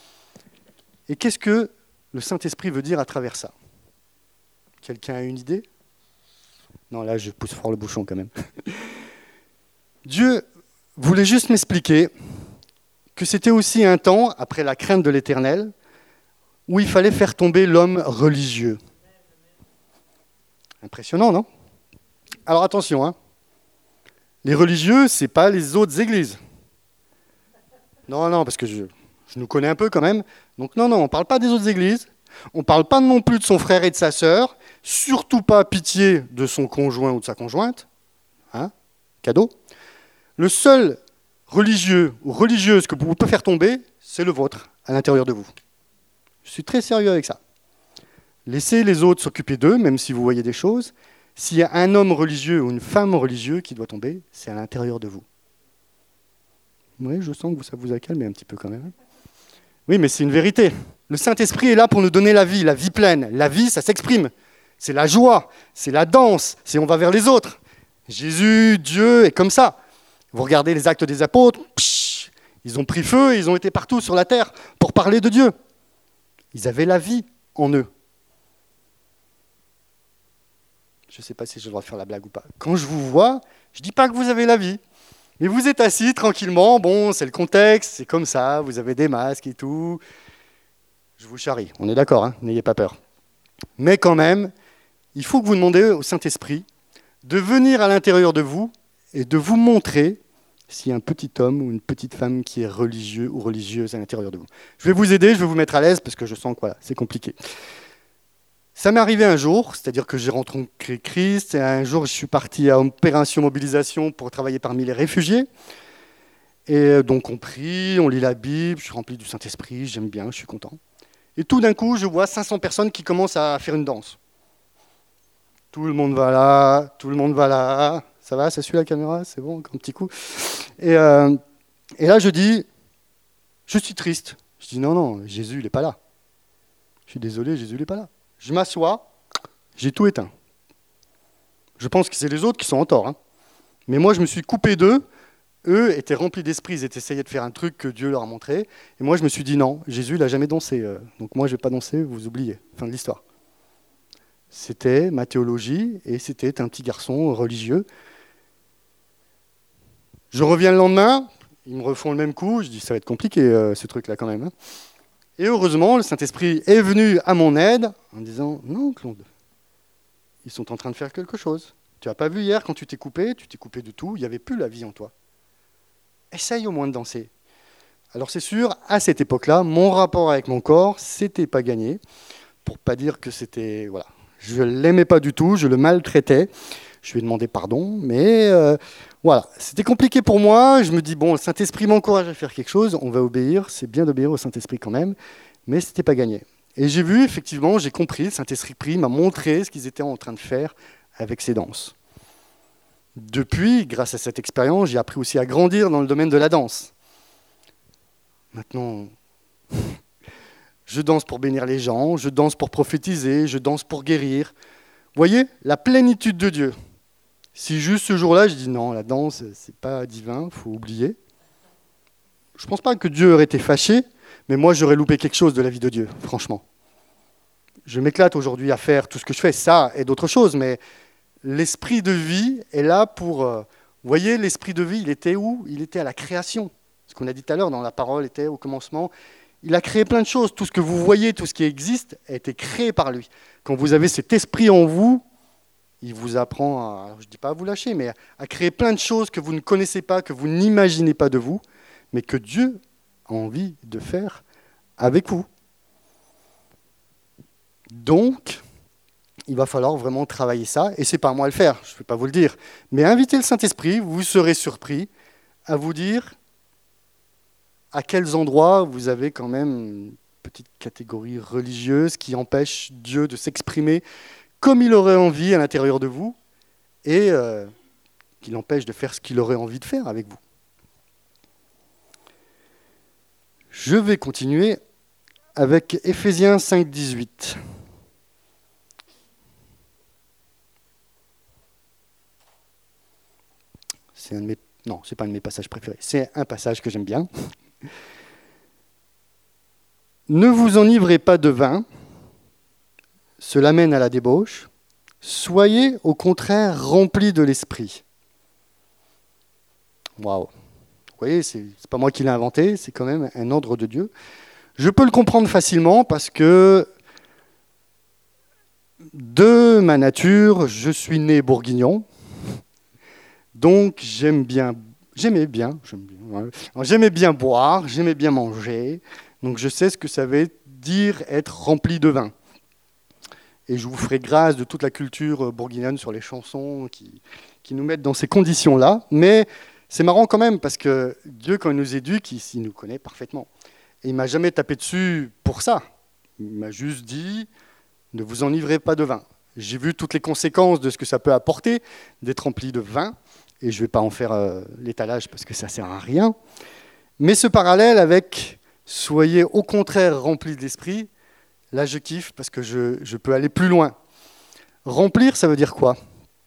Et qu'est-ce que le Saint-Esprit veut dire à travers ça? Quelqu'un a une idée? Non, là, je pousse fort le bouchon quand même. Dieu voulait juste m'expliquer que c'était aussi un temps, après la crainte de l'Éternel, où il fallait faire tomber l'homme religieux. Impressionnant, non? Alors attention, hein. Les religieux, ce n'est pas les autres églises. Non, non, parce que je, je nous connais un peu quand même. Donc non, non, on ne parle pas des autres églises. On ne parle pas non plus de son frère et de sa sœur. Surtout pas pitié de son conjoint ou de sa conjointe. Hein? Cadeau. Le seul religieux ou religieuse que vous pouvez faire tomber, c'est le vôtre, à l'intérieur de vous. Je suis très sérieux avec ça. Laissez les autres s'occuper d'eux, même si vous voyez des choses. S'il y a un homme religieux ou une femme religieuse qui doit tomber, c'est à l'intérieur de vous. Oui, je sens que ça vous a calmé un petit peu quand même. Oui, mais c'est une vérité. Le Saint-Esprit est là pour nous donner la vie, la vie pleine. La vie, ça s'exprime. C'est la joie, c'est la danse, c'est on va vers les autres. Jésus, Dieu est comme ça. Vous regardez les Actes des Apôtres, psh, ils ont pris feu et ils ont été partout sur la terre pour parler de Dieu. Ils avaient la vie en eux. Je ne sais pas si j'ai le droit de faire la blague ou pas. Quand je vous vois, je ne dis pas que vous avez la vie. Mais vous êtes assis tranquillement, bon, c'est le contexte, c'est comme ça, vous avez des masques et tout. Je vous charrie, on est d'accord, hein, n'ayez pas peur. Mais quand même, il faut que vous demandez au Saint-Esprit de venir à l'intérieur de vous et de vous montrer s'il y a un petit homme ou une petite femme qui est religieux ou religieuse à l'intérieur de vous. Je vais vous aider, je vais vous mettre à l'aise parce que je sens que voilà, c'est compliqué. Ça m'est arrivé un jour, c'est-à-dire que j'ai rencontré Christ, et un jour je suis parti à Opération Mobilisation pour travailler parmi les réfugiés. Et donc on prie, on lit la Bible, je suis rempli du Saint-Esprit, j'aime bien, je suis content. Et tout d'un coup, je vois cinq cents personnes qui commencent à faire une danse. Tout le monde va là, tout le monde va là. Ça va, ça suit la caméra, c'est bon, un petit coup. Et, euh, et là je dis, je suis triste. Je dis non, non, Jésus, il n'est pas là. Je suis désolé, Jésus, il n'est pas là. Je m'assois, j'ai tout éteint. Je pense que c'est les autres qui sont en tort. Hein. Mais moi, je me suis coupé d'eux. Eux étaient remplis d'esprit, ils essayaient de faire un truc que Dieu leur a montré. Et moi, je me suis dit non, Jésus, il n'a jamais dansé. Donc moi, je ne vais pas danser, vous oubliez. Fin de l'histoire. C'était ma théologie et c'était un petit garçon religieux. Je reviens le lendemain, ils me refont le même coup. Je dis, ça va être compliqué, euh, ce truc-là quand même. Hein. Et heureusement, le Saint-Esprit est venu à mon aide en disant « Non, Claude, ils sont en train de faire quelque chose. Tu n'as pas vu hier quand tu t'es coupé, tu t'es coupé de tout, il n'y avait plus la vie en toi. Essaye au moins de danser. » Alors c'est sûr, à cette époque-là, mon rapport avec mon corps, c'était pas gagné. Pour pas dire que c'était... Voilà, je ne l'aimais pas du tout, je le maltraitais. Je lui ai demandé pardon, mais euh, voilà, c'était compliqué pour moi. Je me dis, bon, le Saint-Esprit m'encourage à faire quelque chose, on va obéir, c'est bien d'obéir au Saint-Esprit quand même, mais ce n'était pas gagné. Et j'ai vu, effectivement, j'ai compris, le Saint-Esprit m'a montré ce qu'ils étaient en train de faire avec ces danses. Depuis, grâce à cette expérience, j'ai appris aussi à grandir dans le domaine de la danse. Maintenant, je danse pour bénir les gens, je danse pour prophétiser, je danse pour guérir. Vous voyez, la plénitude de Dieu. Si juste ce jour-là, je dis non, la danse, c'est pas divin, faut oublier. Je pense pas que Dieu aurait été fâché, mais moi, j'aurais loupé quelque chose de la vie de Dieu, franchement. Je m'éclate aujourd'hui à faire tout ce que je fais, ça et d'autres choses, mais l'esprit de vie est là pour... Euh, vous voyez, l'esprit de vie, il était où? Il était à la création. Ce qu'on a dit tout à l'heure dans la parole était au commencement. Il a créé plein de choses. Tout ce que vous voyez, tout ce qui existe, a été créé par lui. Quand vous avez cet esprit en vous, il vous apprend, à, alors je ne dis pas à vous lâcher, mais à créer plein de choses que vous ne connaissez pas, que vous n'imaginez pas de vous, mais que Dieu a envie de faire avec vous. Donc, il va falloir vraiment travailler ça, et ce n'est pas à moi de le faire, je ne vais pas vous le dire, mais invitez le Saint-Esprit, vous serez surpris à vous dire à quels endroits vous avez quand même une petite catégorie religieuse qui empêche Dieu de s'exprimer comme il aurait envie à l'intérieur de vous et euh, qui l'empêche de faire ce qu'il aurait envie de faire avec vous. Je vais continuer avec Éphésiens cinq, dix-huit. C'est un de mes... Non, ce n'est pas un de mes passages préférés. C'est un passage que j'aime bien. Ne vous enivrez pas de vin, cela mène à la débauche. Soyez au contraire remplis de l'esprit. Waouh, Vous voyez, c'est n'est pas moi qui l'ai inventé, c'est quand même un ordre de Dieu. Je peux le comprendre facilement parce que de ma nature, je suis né bourguignon, donc j'aime bien, j'aimais bien, j'aime bien, ouais. J'aimais bien boire, j'aimais bien manger, donc je sais ce que ça veut dire être rempli de vin. Et je vous ferai grâce de toute la culture bourguignonne sur les chansons qui, qui nous mettent dans ces conditions-là, mais c'est marrant quand même parce que Dieu, quand il nous éduque, il, il nous connaît parfaitement. Et il ne m'a jamais tapé dessus pour ça. Il m'a juste dit, ne vous enivrez pas de vin. J'ai vu toutes les conséquences de ce que ça peut apporter d'être rempli de vin, et je ne vais pas en faire euh, l'étalage parce que ça ne sert à rien. Mais ce parallèle avec « soyez au contraire remplis de l'esprit », là je kiffe parce que je, je peux aller plus loin. Remplir, ça veut dire quoi?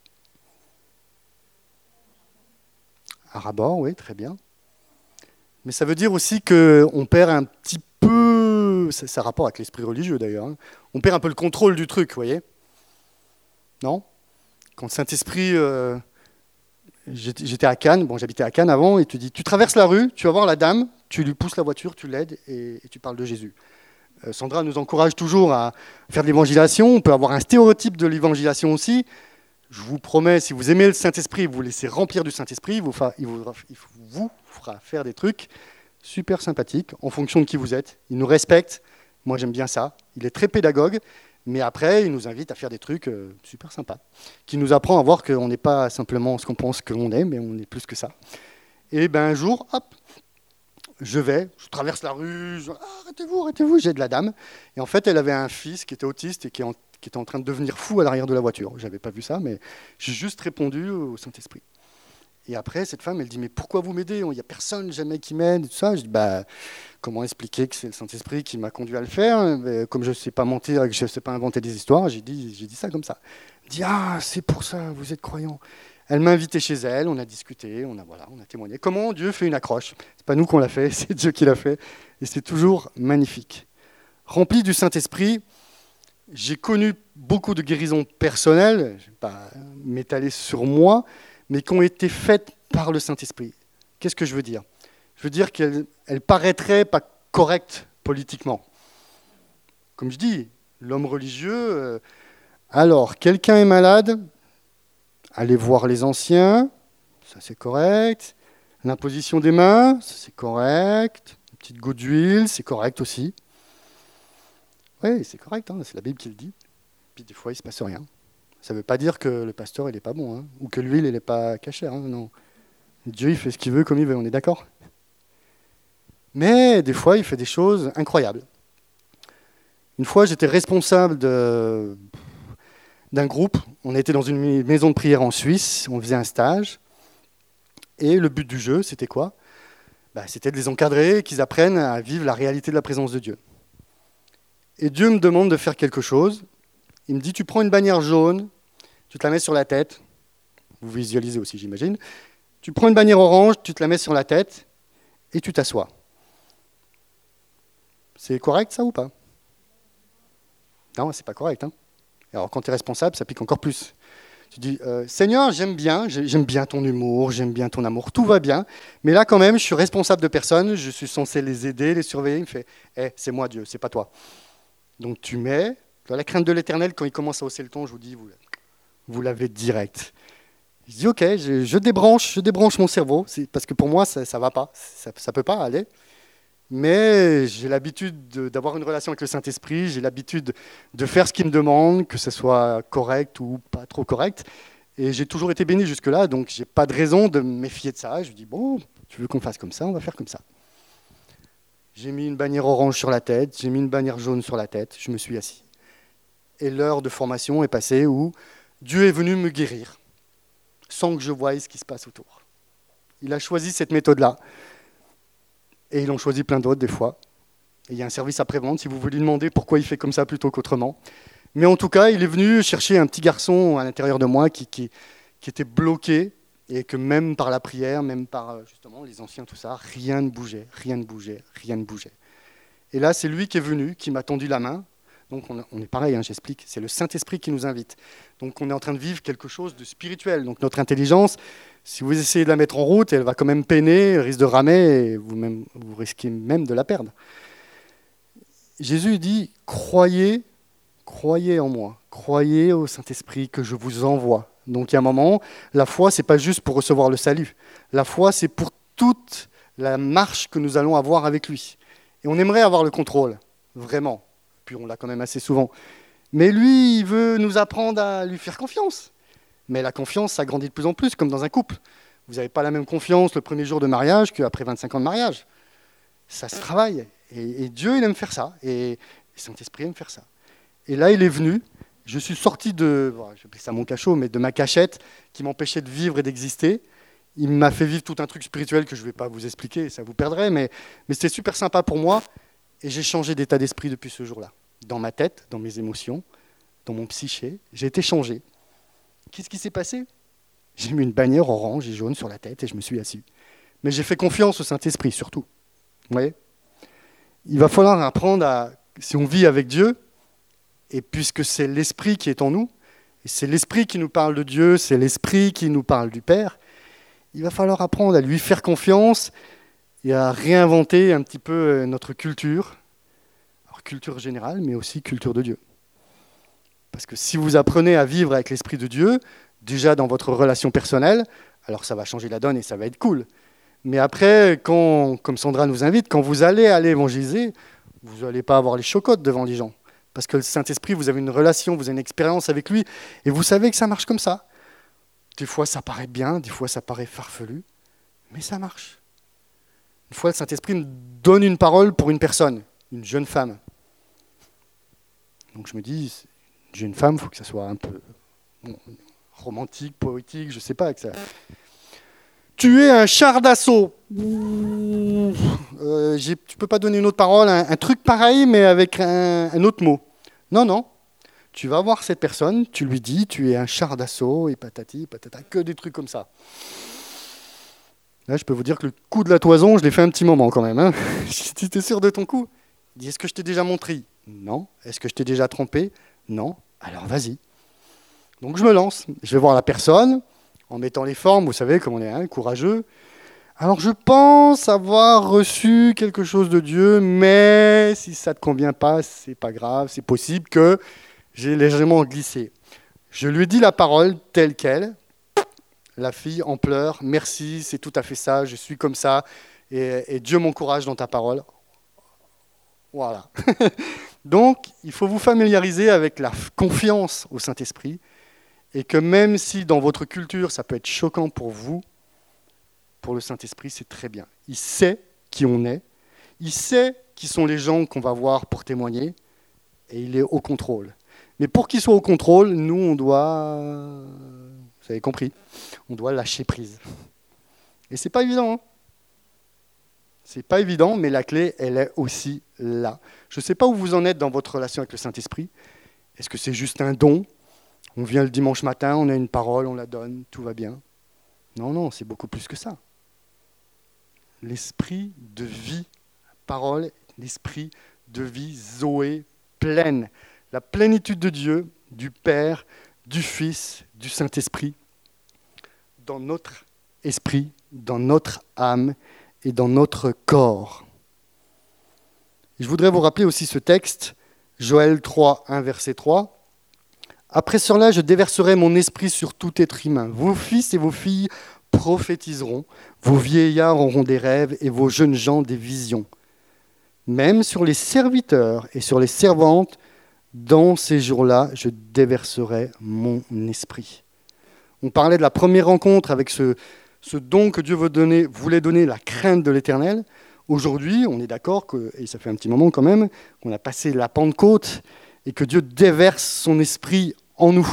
À rabord, oui, très bien. Mais ça veut dire aussi qu'on perd un petit peu, ça a rapport avec l'esprit religieux d'ailleurs, hein. On perd un peu le contrôle du truc, vous voyez? Non? Quand le Saint-Esprit, euh, j'étais à Cannes, bon j'habitais à Cannes avant, et tu dis, tu traverses la rue, tu vas voir la dame, tu lui pousses la voiture, tu l'aides et, et tu parles de Jésus. Euh, Sandra nous encourage toujours à faire de l'évangélisation, on peut avoir un stéréotype de l'évangélisation aussi. Je vous promets, si vous aimez le Saint-Esprit, vous vous laissez remplir du Saint-Esprit, il vous, fa- il vous, il vous fera faire des trucs super sympathiques en fonction de qui vous êtes. Il nous respecte, moi j'aime bien ça. Il est très pédagogue, mais après il nous invite à faire des trucs euh, super sympas, qui nous apprend à voir qu'on n'est pas simplement ce qu'on pense que l'on est, mais on est plus que ça. Et ben un jour, hop, je vais, je traverse la rue, je, ah, arrêtez-vous, arrêtez-vous, j'ai de la dame. Et en fait, elle avait un fils qui était autiste et qui, en, qui était en train de devenir fou à l'arrière de la voiture. Je n'avais pas vu ça, mais j'ai juste répondu au Saint-Esprit. Et après, cette femme, elle dit, mais pourquoi vous m'aidez? Il n'y a personne jamais qui m'aide, et tout ça. Je dis, bah, comment expliquer que c'est le Saint-Esprit qui m'a conduit à le faire? Mais comme je ne sais pas mentir et que je ne sais pas inventer des histoires, j'ai dit, j'ai dit ça comme ça. Elle dit, ah, c'est pour ça, vous êtes croyant. Elle m'a invité chez elle, on a discuté, on a, voilà, on a témoigné. Comment Dieu fait une accroche? C'est pas nous qu'on l'a fait, c'est Dieu qui l'a fait. Et c'est toujours magnifique. Rempli du Saint-Esprit, j'ai connu beaucoup de guérisons personnelles, je ne vais pas m'étaler sur moi, mais qui ont été faites par le Saint-Esprit. Qu'est-ce que je veux dire? Je veux dire qu'elles ne paraîtraient pas correctes politiquement. Comme je dis, l'homme religieux, euh, alors, quelqu'un est malade, allez voir les anciens, ça c'est correct. L'imposition des mains, ça c'est correct. Une petite goutte d'huile, c'est correct aussi. Oui, c'est correct, hein, c'est la Bible qui le dit. Puis des fois, il ne se passe rien. Ça ne veut pas dire que le pasteur, il n'est pas bon, hein, ou que l'huile, elle n'est pas cachère. Hein, non. Dieu, il fait ce qu'il veut, comme il veut, on est d'accord? Mais des fois, il fait des choses incroyables. Une fois, j'étais responsable de... d'un groupe. On était dans une maison de prière en Suisse, on faisait un stage. Et le but du jeu, c'était quoi? Bah, c'était de les encadrer, qu'ils apprennent à vivre la réalité de la présence de Dieu. Et Dieu me demande de faire quelque chose. Il me dit, tu prends une bannière jaune, tu te la mets sur la tête. Vous visualisez aussi, j'imagine. Tu prends une bannière orange, tu te la mets sur la tête et tu t'assois. C'est correct, ça, ou pas? Non, c'est pas correct. Hein. Alors, quand tu es responsable, ça pique encore plus. Tu dis, euh, Seigneur, j'aime bien, j'aime bien ton humour, j'aime bien ton amour, tout va bien, mais là, quand même, je suis responsable de personnes, je suis censé les aider, les surveiller. Il me fait, hey, c'est moi, Dieu, c'est pas toi. Donc, tu mets, dans la crainte de l'Éternel, quand il commence à hausser le ton, je vous dis, vous, vous l'avez direct. Je dis, ok, je, je débranche, je débranche mon cerveau, parce que pour moi, ça ne va pas, ça ne peut pas aller. Mais j'ai l'habitude de, d'avoir une relation avec le Saint-Esprit, j'ai l'habitude de faire ce qu'il me demande, que ce soit correct ou pas trop correct. Et j'ai toujours été béni jusque-là, donc je n'ai pas de raison de me méfier de ça. Je me dis, bon, tu veux qu'on fasse comme ça, on va faire comme ça. J'ai mis une bannière orange sur la tête, j'ai mis une bannière jaune sur la tête, je me suis assis. Et l'heure de formation est passée où Dieu est venu me guérir, sans que je voie ce qui se passe autour. Il a choisi cette méthode-là. Et ils ont choisi plein d'autres des fois. Et il y a un service après-vente si vous voulez lui demander pourquoi il fait comme ça plutôt qu'autrement. Mais en tout cas, il est venu chercher un petit garçon à l'intérieur de moi qui, qui, qui était bloqué et que même par la prière, même par justement les anciens, tout ça, rien ne bougeait, rien ne bougeait, rien ne bougeait. Et là, c'est lui qui est venu, qui m'a tendu la main. Donc on, on est pareil, hein, j'explique, c'est le Saint-Esprit qui nous invite. Donc on est en train de vivre quelque chose de spirituel. Donc notre intelligence, Si vous essayez de la mettre en route, elle va quand même peiner, elle risque de ramer, et vous, même, vous risquez même de la perdre. Jésus dit, croyez, croyez en moi, croyez au Saint-Esprit que je vous envoie. Donc il y a un moment, la foi, ce n'est pas juste pour recevoir le salut. La foi, c'est pour toute la marche que nous allons avoir avec lui. Et on aimerait avoir le contrôle, vraiment. Puis on l'a quand même assez souvent. Mais lui, il veut nous apprendre à lui faire confiance. Mais la confiance, ça grandit de plus en plus, comme dans un couple. Vous n'avez pas la même confiance le premier jour de mariage qu'après vingt-cinq ans de mariage. Ça se travaille. Et, et Dieu, il aime faire ça. Et le Saint-Esprit aime faire ça. Et là, il est venu. Je suis sorti de, bon, j'appelle ça mon cachot, mais de ma cachette qui m'empêchait de vivre et d'exister. Il m'a fait vivre tout un truc spirituel que je ne vais pas vous expliquer, ça vous perdrait, mais, mais c'était super sympa pour moi. Et j'ai changé d'état d'esprit depuis ce jour-là. Dans ma tête, dans mes émotions, dans mon psyché, j'ai été changé. Qu'est-ce qui s'est passé? J'ai mis une bannière orange et jaune sur la tête et je me suis assis. Mais j'ai fait confiance au Saint-Esprit, surtout. Vous voyez? Il va falloir apprendre à, si on vit avec Dieu, et puisque c'est l'Esprit qui est en nous, et c'est l'Esprit qui nous parle de Dieu, c'est l'Esprit qui nous parle du Père, il va falloir apprendre à lui faire confiance et à réinventer un petit peu notre culture, alors culture générale, mais aussi culture de Dieu. Parce que si vous apprenez à vivre avec l'Esprit de Dieu, déjà dans votre relation personnelle, alors ça va changer la donne et ça va être cool. Mais après, quand, comme Sandra nous invite, quand vous allez aller évangéliser, vous n'allez pas avoir les chocottes devant les gens. Parce que le Saint-Esprit, vous avez une relation, vous avez une expérience avec lui, et vous savez que ça marche comme ça. Des fois, ça paraît bien, des fois, ça paraît farfelu, mais ça marche. Une fois, le Saint-Esprit me donne une parole pour une personne, une jeune femme. Donc je me dis, une jeune femme, il faut que ça soit un peu bon, romantique, poétique, je ne sais pas. Que ça... Tu es un char d'assaut. Euh, tu ne peux pas donner une autre parole, un, un truc pareil, mais avec un, un autre mot. Non, non. Tu vas voir cette personne, tu lui dis, tu es un char d'assaut, et patati, patata, que des trucs comme ça. Là, je peux vous dire que le coup de la toison, je l'ai fait un petit moment quand même. Hein. Tu es sûr de ton coup? Il dit, est-ce que je t'ai déjà montré? Non. Est-ce que je t'ai déjà trompé? Non. Alors vas-y. Donc je me lance. Je vais voir la personne, en mettant les formes, vous savez, comme on est hein, courageux. Alors je pense avoir reçu quelque chose de Dieu, mais si ça ne te convient pas, c'est pas grave, c'est possible que j'ai légèrement glissé. Je lui dis la parole telle qu'elle. La fille en pleurs, merci, c'est tout à fait ça, je suis comme ça, et, et Dieu m'encourage dans ta parole. Voilà. Donc, il faut vous familiariser avec la confiance au Saint-Esprit, et que même si dans votre culture, ça peut être choquant pour vous, pour le Saint-Esprit, c'est très bien. Il sait qui on est, il sait qui sont les gens qu'on va voir pour témoigner, et il est au contrôle. Mais pour qu'il soit au contrôle, nous, on doit, vous avez compris, on doit lâcher prise. Et c'est pas évident. Hein. C'est pas évident, mais la clé, elle est aussi là. Je ne sais pas où vous en êtes dans votre relation avec le Saint-Esprit. Est-ce que c'est juste un don? On vient le dimanche matin, on a une parole, on la donne, tout va bien. Non, non, c'est beaucoup plus que ça. L'esprit de vie, parole, l'esprit de vie, Zoé, pleine. La plénitude de Dieu, du Père, du Fils, du Saint-Esprit, dans notre esprit, dans notre âme et dans notre corps. Je voudrais vous rappeler aussi ce texte, Joël trois, un, verset trois. « Après cela, je déverserai mon esprit sur tout être humain. Vos fils et vos filles prophétiseront, vos vieillards auront des rêves et vos jeunes gens des visions. Même sur les serviteurs et sur les servantes, dans ces jours-là, je déverserai mon esprit. » On parlait de la première rencontre avec ce, ce don que Dieu veut donner, voulait donner, la crainte de l'Éternel. Aujourd'hui, on est d'accord, que, et ça fait un petit moment quand même, qu'on a passé la Pentecôte et que Dieu déverse son esprit en nous.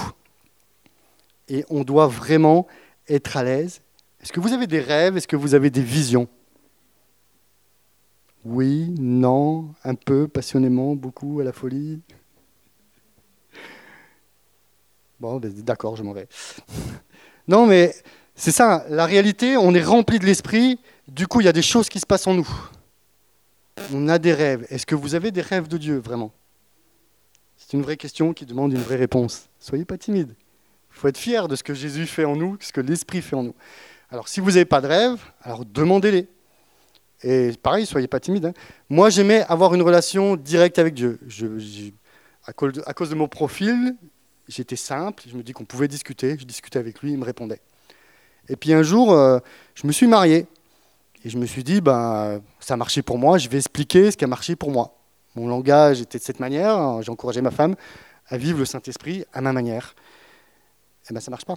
Et on doit vraiment être à l'aise. Est-ce que vous avez des rêves? Est-ce que vous avez des visions? Oui, non, un peu, passionnément, beaucoup, à la folie. Bon, ben, d'accord, je m'en vais. Non, mais c'est ça, la réalité, on est rempli de l'esprit, du coup, il y a des choses qui se passent en nous. On a des rêves. Est-ce que vous avez des rêves de Dieu, vraiment? C'est une vraie question qui demande une vraie réponse. Soyez pas timide. Il faut être fier de ce que Jésus fait en nous, de ce que l'Esprit fait en nous. Alors, si vous n'avez pas de rêve, alors demandez-les. Et pareil, soyez pas timides. Hein. Moi, j'aimais avoir une relation directe avec Dieu. Je, je, à, cause de, à cause de mon profil, j'étais simple. Je me dis qu'on pouvait discuter. Je discutais avec lui, il me répondait. Et puis un jour, euh, je me suis marié. Et je me suis dit, ben, ça a marché pour moi, je vais expliquer ce qui a marché pour moi. Mon langage était de cette manière. J'ai encouragé ma femme à vivre le Saint-Esprit à ma manière. Et bien, ça ne marche pas.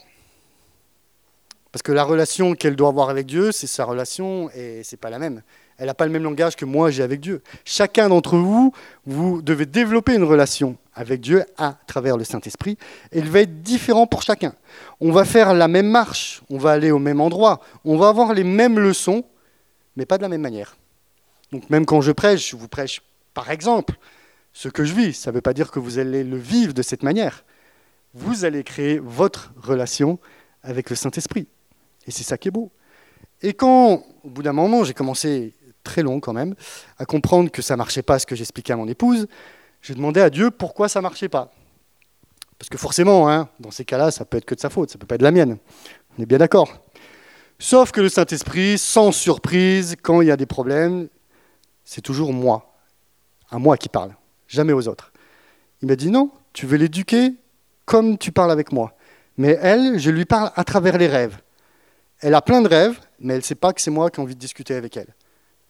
Parce que la relation qu'elle doit avoir avec Dieu, c'est sa relation et ce n'est pas la même. Elle n'a pas le même langage que moi j'ai avec Dieu. Chacun d'entre vous, vous devez développer une relation avec Dieu à travers le Saint-Esprit. Et il va être différent pour chacun. On va faire la même marche, on va aller au même endroit, on va avoir les mêmes leçons, mais pas de la même manière. Donc même quand je prêche, je vous prêche par exemple ce que je vis. Ça ne veut pas dire que vous allez le vivre de cette manière. Vous allez créer votre relation avec le Saint-Esprit. Et c'est ça qui est beau. Et quand, au bout d'un moment, j'ai commencé, très long quand même, à comprendre que ça ne marchait pas ce que j'expliquais à mon épouse, j'ai demandé à Dieu pourquoi ça ne marchait pas. Parce que forcément, hein, dans ces cas-là, ça peut être que de sa faute, ça ne peut pas être de la mienne. On est bien d'accord. Sauf que le Saint-Esprit, sans surprise, quand il y a des problèmes, c'est toujours moi, à moi qui parle, jamais aux autres. Il m'a dit non, tu veux l'éduquer comme tu parles avec moi. Mais elle, je lui parle à travers les rêves. Elle a plein de rêves, mais elle ne sait pas que c'est moi qui ai envie de discuter avec elle.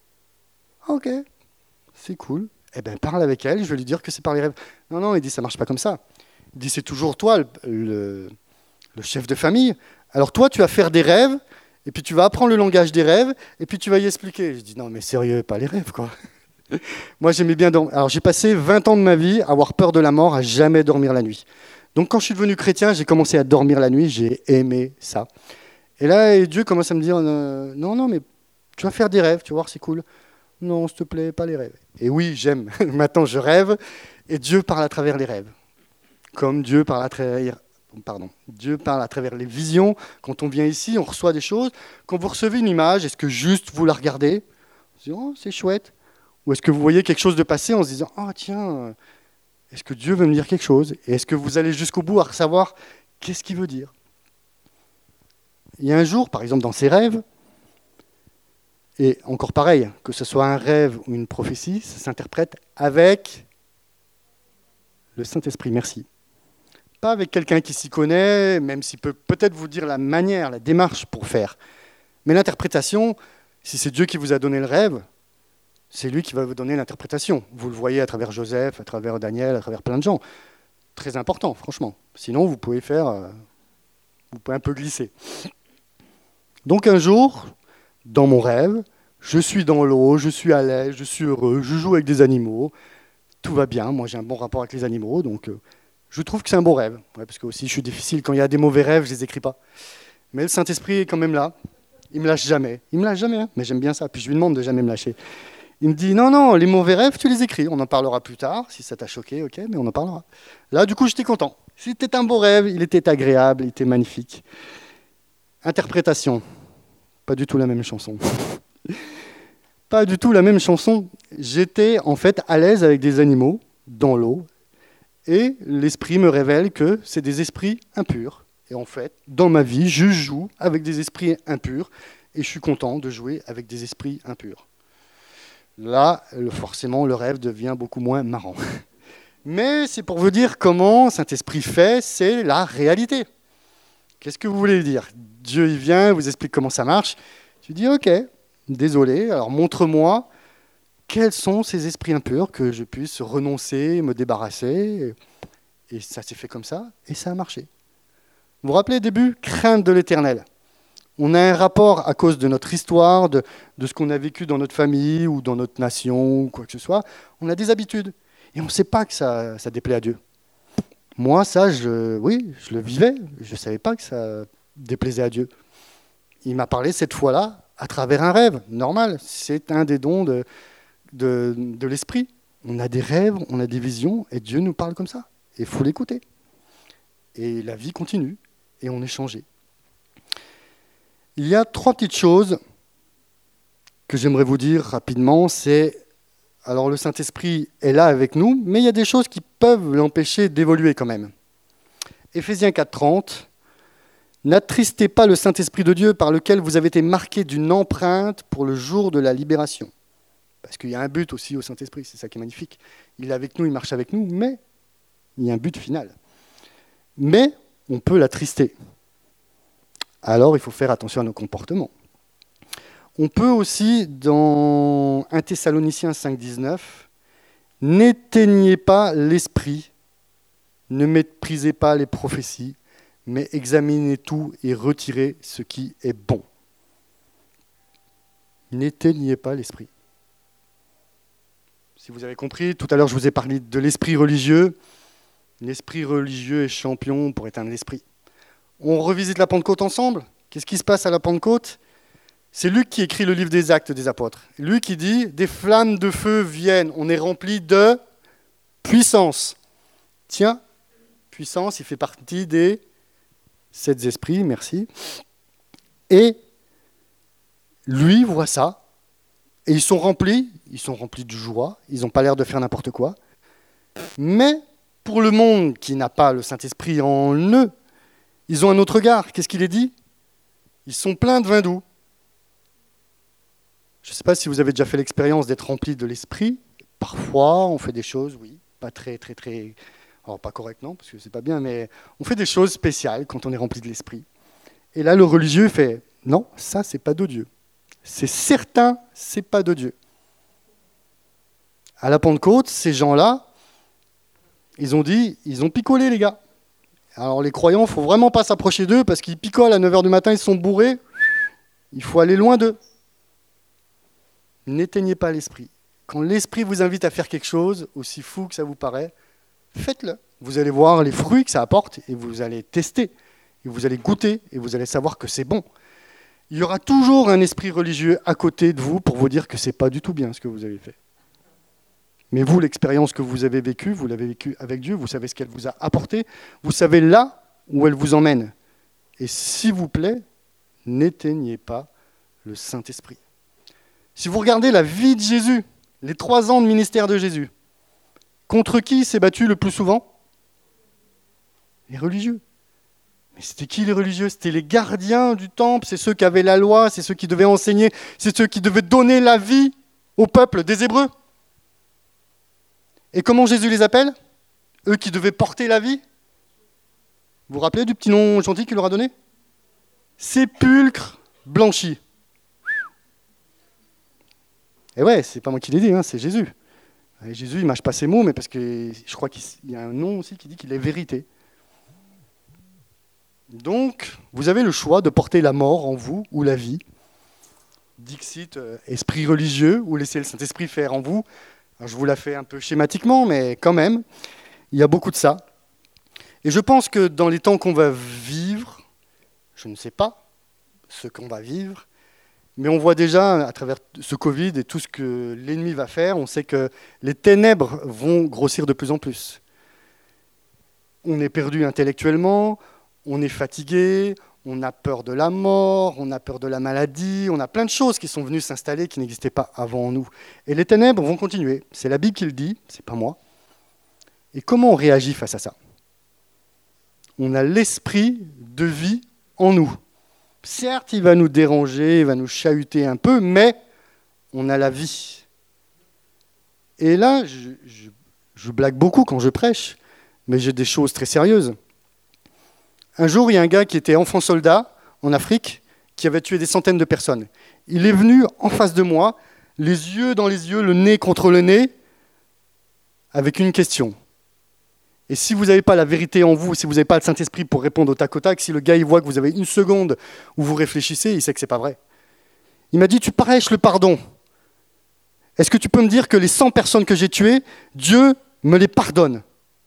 Ok, c'est cool. Eh bien, parle avec elle, je vais lui dire que c'est par les rêves. Non, non, il dit, ça ne marche pas comme ça. Il dit, c'est toujours toi, le, le, le chef de famille. Alors toi, tu vas faire des rêves, et puis tu vas apprendre le langage des rêves, et puis tu vas y expliquer. Je dis, non, mais sérieux, pas les rêves, quoi. Moi, j'aimais bien dormir. Alors, j'ai passé vingt ans de ma vie à avoir peur de la mort, à jamais dormir la nuit. Donc, quand je suis devenu chrétien, j'ai commencé à dormir la nuit, j'ai aimé ça. Et là, Dieu commence à me dire, euh, non, non, mais tu vas faire des rêves, tu vas voir, c'est cool. Non, s'il te plaît, pas les rêves. Et oui, j'aime. Maintenant, je rêve, et Dieu parle à travers les rêves. Comme Dieu parle à travers, pardon, Dieu parle à travers les visions. Quand on vient ici, on reçoit des choses. Quand vous recevez une image, est-ce que juste vous la regardez? Vous dites, oh, c'est chouette. Ou est-ce que vous voyez quelque chose de passer en se disant, oh tiens, est-ce que Dieu veut me dire quelque chose? Et est-ce que vous allez jusqu'au bout à savoir qu'est-ce qu'il veut dire? Il y a un jour, par exemple, dans ses rêves, et encore pareil, que ce soit un rêve ou une prophétie, ça s'interprète avec le Saint-Esprit, merci. Pas avec quelqu'un qui s'y connaît, même s'il peut peut-être vous dire la manière, la démarche pour faire. Mais l'interprétation, si c'est Dieu qui vous a donné le rêve, c'est lui qui va vous donner l'interprétation. Vous le voyez à travers Joseph, à travers Daniel, à travers plein de gens. Très important, franchement. Sinon, vous pouvez faire, euh, vous pouvez un peu glisser. Donc un jour, dans mon rêve, je suis dans l'eau, je suis à l'aise, je suis heureux, je joue avec des animaux, tout va bien. Moi, j'ai un bon rapport avec les animaux, donc euh, je trouve que c'est un bon rêve. Ouais, parce que aussi, je suis difficile. Quand il y a des mauvais rêves, je les écris pas. Mais le Saint-Esprit est quand même là. Il me lâche jamais. Il me lâche jamais, hein, mais j'aime bien ça. Puis je lui demande de jamais me lâcher. Il me dit, non, non, les mauvais rêves, tu les écris. On en parlera plus tard. Si ça t'a choqué, ok, mais on en parlera. Là, du coup, j'étais content. C'était un beau rêve, il était agréable, il était magnifique. Interprétation. Pas du tout la même chanson. Pas du tout la même chanson. J'étais en fait à l'aise avec des animaux dans l'eau. Et l'esprit me révèle que c'est des esprits impurs. Et en fait, dans ma vie, je joue avec des esprits impurs. Et je suis content de jouer avec des esprits impurs. Là, forcément, le rêve devient beaucoup moins marrant. Mais c'est pour vous dire comment Saint-Esprit fait, c'est la réalité. Qu'est-ce que vous voulez dire? Dieu, il vient, vous explique comment ça marche. Tu dis, ok, désolé, alors montre-moi quels sont ces esprits impurs que je puisse renoncer, me débarrasser. Et ça s'est fait comme ça, et ça a marché. Vous vous rappelez au début, crainte de l'Éternel. On a un rapport à cause de notre histoire, de, de ce qu'on a vécu dans notre famille ou dans notre nation ou quoi que ce soit. On a des habitudes et on ne sait pas que ça, ça déplaît à Dieu. Moi, ça, je, oui, je le vivais. Je ne savais pas que ça déplaisait à Dieu. Il m'a parlé cette fois-là à travers un rêve. Normal, c'est un des dons de, de, de l'esprit. On a des rêves, on a des visions et Dieu nous parle comme ça. Et il faut l'écouter. Et la vie continue et on est changé. Il y a trois petites choses que j'aimerais vous dire rapidement. C'est, alors le Saint-Esprit est là avec nous, mais il y a des choses qui peuvent l'empêcher d'évoluer quand même. Éphésiens quatre trente N'attristez pas le Saint-Esprit de Dieu par lequel vous avez été marqués d'une empreinte pour le jour de la libération. Parce qu'il y a un but aussi au Saint-Esprit, c'est ça qui est magnifique. Il est avec nous, il marche avec nous, mais il y a un but final. Mais on peut l'attrister. Alors il faut faire attention à nos comportements. On peut aussi, dans un Thessaloniciens cinq dix-neuf, « N'éteignez pas l'esprit, ne méprisez pas les prophéties, mais examinez tout et retirez ce qui est bon. » N'éteignez pas l'esprit. Si vous avez compris, tout à l'heure je vous ai parlé de l'esprit religieux. L'esprit religieux est champion pour éteindre l'esprit. On revisite la Pentecôte ensemble. Qu'est-ce qui se passe à la Pentecôte ? C'est Luc qui écrit le livre des Actes des Apôtres. Luc qui dit « Des flammes de feu viennent, on est rempli de puissance. » Tiens, puissance, il fait partie des sept esprits, merci. Et lui voit ça, et ils sont remplis, ils sont remplis de joie, ils n'ont pas l'air de faire n'importe quoi. Mais pour le monde qui n'a pas le Saint-Esprit en eux, ils ont un autre regard. Qu'est-ce qu'il est dit ? Ils sont pleins de vin doux. Je ne sais pas si vous avez déjà fait l'expérience d'être rempli de l'esprit. Parfois, on fait des choses, oui, pas très, très, très... Alors, pas correct, non, parce que c'est pas bien, mais on fait des choses spéciales quand on est rempli de l'esprit. Et là, le religieux fait, non, ça, c'est pas de Dieu. C'est certain, c'est pas de Dieu. À la Pentecôte, ces gens-là, ils ont dit, ils ont picolé, les gars. Alors, les croyants, il ne faut vraiment pas s'approcher d'eux, parce qu'ils picolent à neuf heures du matin, ils sont bourrés. Il faut aller loin d'eux. N'éteignez pas l'esprit. Quand l'esprit vous invite à faire quelque chose, aussi fou que ça vous paraît, faites-le. Vous allez voir les fruits que ça apporte et vous allez tester, et vous allez goûter et vous allez savoir que c'est bon. Il y aura toujours un esprit religieux à côté de vous pour vous dire que ce n'est pas du tout bien ce que vous avez fait. Mais vous, l'expérience que vous avez vécue, vous l'avez vécue avec Dieu, vous savez ce qu'elle vous a apporté, vous savez là où elle vous emmène. Et s'il vous plaît, n'éteignez pas le Saint-Esprit. Si vous regardez la vie de Jésus, les trois ans de ministère de Jésus, contre qui il s'est battu le plus souvent ? Les religieux. Mais c'était qui les religieux ? C'était les gardiens du temple, c'est ceux qui avaient la loi, c'est ceux qui devaient enseigner, c'est ceux qui devaient donner la vie au peuple des Hébreux. Et comment Jésus les appelle ? Eux qui devaient porter la vie. Vous vous rappelez du petit nom gentil qu'il leur a donné ? Sépulcre blanchi. Et ouais, c'est pas moi qui l'ai dit, hein, c'est Jésus. Et Jésus, il ne mâche pas ses mots, mais parce que je crois qu'il y a un nom aussi qui dit qu'il est vérité. Donc, vous avez le choix de porter la mort en vous ou la vie. Dixit, euh, esprit religieux, ou laisser le Saint-Esprit faire en vous. Alors, je vous la fais un peu schématiquement, mais quand même, il y a beaucoup de ça. Et je pense que dans les temps qu'on va vivre, je ne sais pas ce qu'on va vivre, mais on voit déjà, à travers ce Covid et tout ce que l'ennemi va faire, on sait que les ténèbres vont grossir de plus en plus. On est perdu intellectuellement, on est fatigué, on a peur de la mort, on a peur de la maladie, on a plein de choses qui sont venues s'installer qui n'existaient pas avant nous. Et les ténèbres vont continuer. C'est la Bible qui le dit, c'est pas moi. Et comment on réagit face à ça ? On a l'esprit de vie en nous. Certes, il va nous déranger, il va nous chahuter un peu, mais on a la vie. Et là, je, je, je blague beaucoup quand je prêche, mais j'ai des choses très sérieuses. Un jour, il y a un gars qui était enfant soldat en Afrique, qui avait tué des centaines de personnes. Il est venu en face de moi, les yeux dans les yeux, le nez contre le nez, avec une question. Et si vous n'avez pas la vérité en vous, si vous n'avez pas le Saint-Esprit pour répondre au tac au tac, si le gars il voit que vous avez une seconde où vous réfléchissez, il sait que ce n'est pas vrai. Il m'a dit, tu prêches le pardon. Est-ce que tu peux me dire que les cent personnes que j'ai tuées, Dieu me les pardonne ?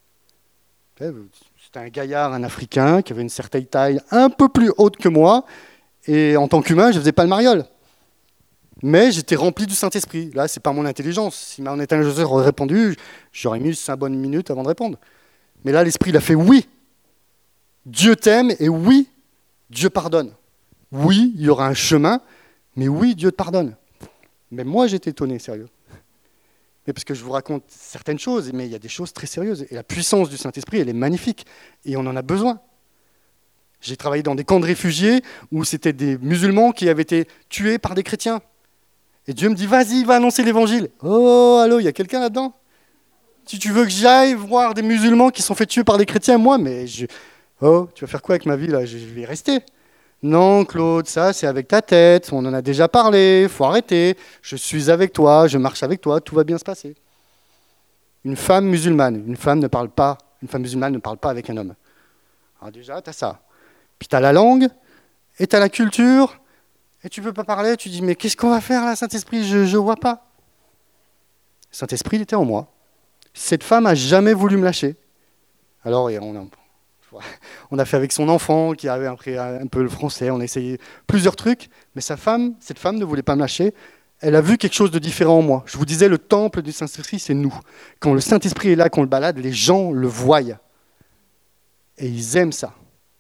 C'était un gaillard, un Africain, qui avait une certaine taille un peu plus haute que moi, et en tant qu'humain, je ne faisais pas le mariole. Mais j'étais rempli du Saint-Esprit. Là, ce n'est pas mon intelligence. Si mon intelligence aurait répondu, j'aurais mis cinq bonnes minutes avant de répondre. Mais là, l'Esprit, il a fait oui. Dieu t'aime et oui, Dieu pardonne. Oui, il y aura un chemin, mais oui, Dieu te pardonne. Mais moi, j'étais étonné, sérieux. Mais parce que je vous raconte certaines choses, mais il y a des choses très sérieuses. Et la puissance du Saint-Esprit, elle est magnifique. Et on en a besoin. J'ai travaillé dans des camps de réfugiés où c'était des musulmans qui avaient été tués par des chrétiens. Et Dieu me dit, vas-y, va annoncer l'évangile. Oh, allô, il y a quelqu'un là-dedans? Si tu veux que j'aille voir des musulmans qui sont fait tuer par des chrétiens, moi, mais je... Oh, tu vas faire quoi avec ma vie là? Je vais y rester. Non, Claude, ça c'est avec ta tête, on en a déjà parlé, faut arrêter. Je suis avec toi, je marche avec toi, tout va bien se passer. Une femme musulmane, une femme ne parle pas, une femme musulmane ne parle pas avec un homme. Alors déjà, tu as ça. Puis tu as la langue, et tu as la culture, et tu ne peux pas parler, tu dis, mais qu'est-ce qu'on va faire là, Saint-Esprit? Je ne vois pas. Saint-Esprit, il était en moi. Cette femme n'a jamais voulu me lâcher. Alors, on a, on a fait avec son enfant, qui avait appris un peu le français, on a essayé plusieurs trucs, mais sa femme, cette femme ne voulait pas me lâcher. Elle a vu quelque chose de différent en moi. Je vous disais, le temple du Saint-Esprit, c'est nous. Quand le Saint-Esprit est là, qu'on le balade, les gens le voient. Et ils aiment ça.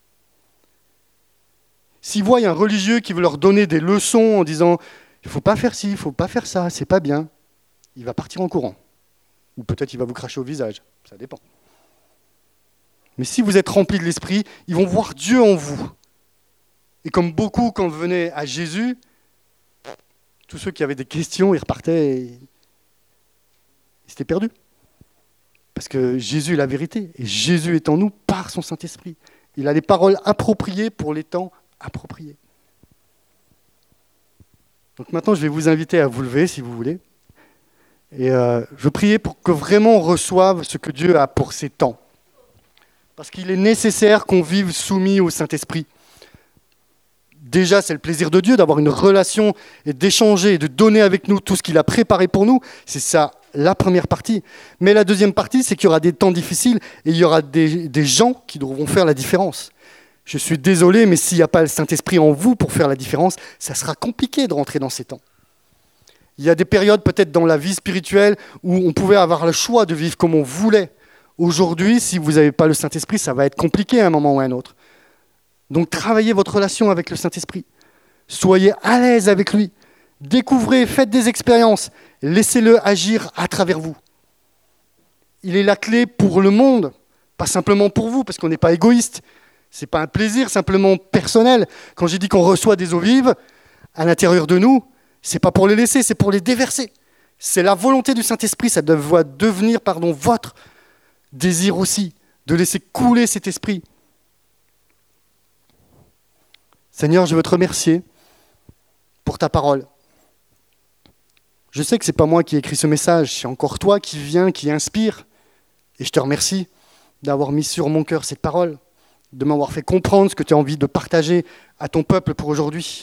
S'ils voient un religieux qui veut leur donner des leçons en disant « il ne faut pas faire ci, il ne faut pas faire ça, c'est pas bien », il va partir en courant. Ou peut-être il va vous cracher au visage, ça dépend. Mais si vous êtes rempli de l'Esprit, ils vont voir Dieu en vous. Et comme beaucoup, quand vous venez à Jésus, tous ceux qui avaient des questions, ils repartaient et ils s'étaient perdus. Parce que Jésus est la vérité. Et Jésus est en nous par son Saint-Esprit. Il a les paroles appropriées pour les temps appropriés. Donc maintenant, je vais vous inviter à vous lever, si vous voulez. Et euh, je veux prier pour que vraiment on reçoive ce que Dieu a pour ces temps. Parce qu'il est nécessaire qu'on vive soumis au Saint-Esprit. Déjà, c'est le plaisir de Dieu d'avoir une relation et d'échanger et de donner avec nous tout ce qu'il a préparé pour nous. C'est ça, la première partie. Mais la deuxième partie, c'est qu'il y aura des temps difficiles et il y aura des, des gens qui devront faire la différence. Je suis désolé, mais s'il n'y a pas le Saint-Esprit en vous pour faire la différence, ça sera compliqué de rentrer dans ces temps. Il y a des périodes peut-être dans la vie spirituelle où on pouvait avoir le choix de vivre comme on voulait. Aujourd'hui, si vous n'avez pas le Saint-Esprit, ça va être compliqué à un moment ou à un autre. Donc travaillez votre relation avec le Saint-Esprit. Soyez à l'aise avec lui. Découvrez, faites des expériences. Laissez-le agir à travers vous. Il est la clé pour le monde, pas simplement pour vous, parce qu'on n'est pas égoïste. Ce n'est pas un plaisir simplement personnel. Quand j'ai dit qu'on reçoit des eaux vives à l'intérieur de nous, ce n'est pas pour les laisser, c'est pour les déverser. C'est la volonté du Saint-Esprit, ça doit devenir pardon, votre désir aussi, de laisser couler cet esprit. Seigneur, je veux te remercier pour ta parole. Je sais que ce n'est pas moi qui ai écrit ce message, c'est encore toi qui viens, qui inspire. Et je te remercie d'avoir mis sur mon cœur cette parole, de m'avoir fait comprendre ce que tu as envie de partager à ton peuple pour aujourd'hui.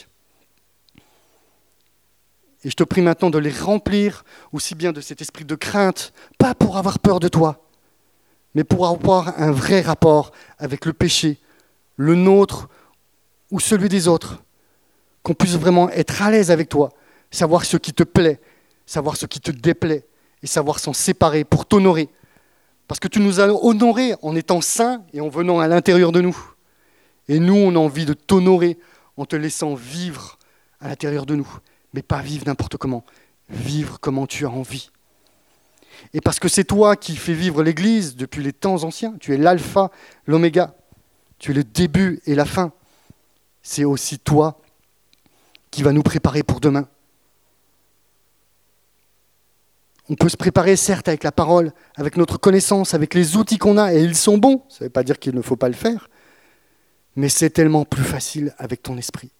Et je te prie maintenant de les remplir aussi bien de cet esprit de crainte, pas pour avoir peur de toi, mais pour avoir un vrai rapport avec le péché, le nôtre ou celui des autres, qu'on puisse vraiment être à l'aise avec toi, savoir ce qui te plaît, savoir ce qui te déplaît, et savoir s'en séparer pour t'honorer. Parce que tu nous as honorés en étant saints et en venant à l'intérieur de nous. Et nous, on a envie de t'honorer en te laissant vivre à l'intérieur de nous, mais pas vivre n'importe comment, vivre comment tu as envie. Et parce que c'est toi qui fais vivre l'Église depuis les temps anciens, tu es l'alpha, l'oméga, tu es le début et la fin. C'est aussi toi qui vas nous préparer pour demain. On peut se préparer, certes, avec la parole, avec notre connaissance, avec les outils qu'on a, et ils sont bons. Ça ne veut pas dire qu'il ne faut pas le faire, mais c'est tellement plus facile avec ton esprit.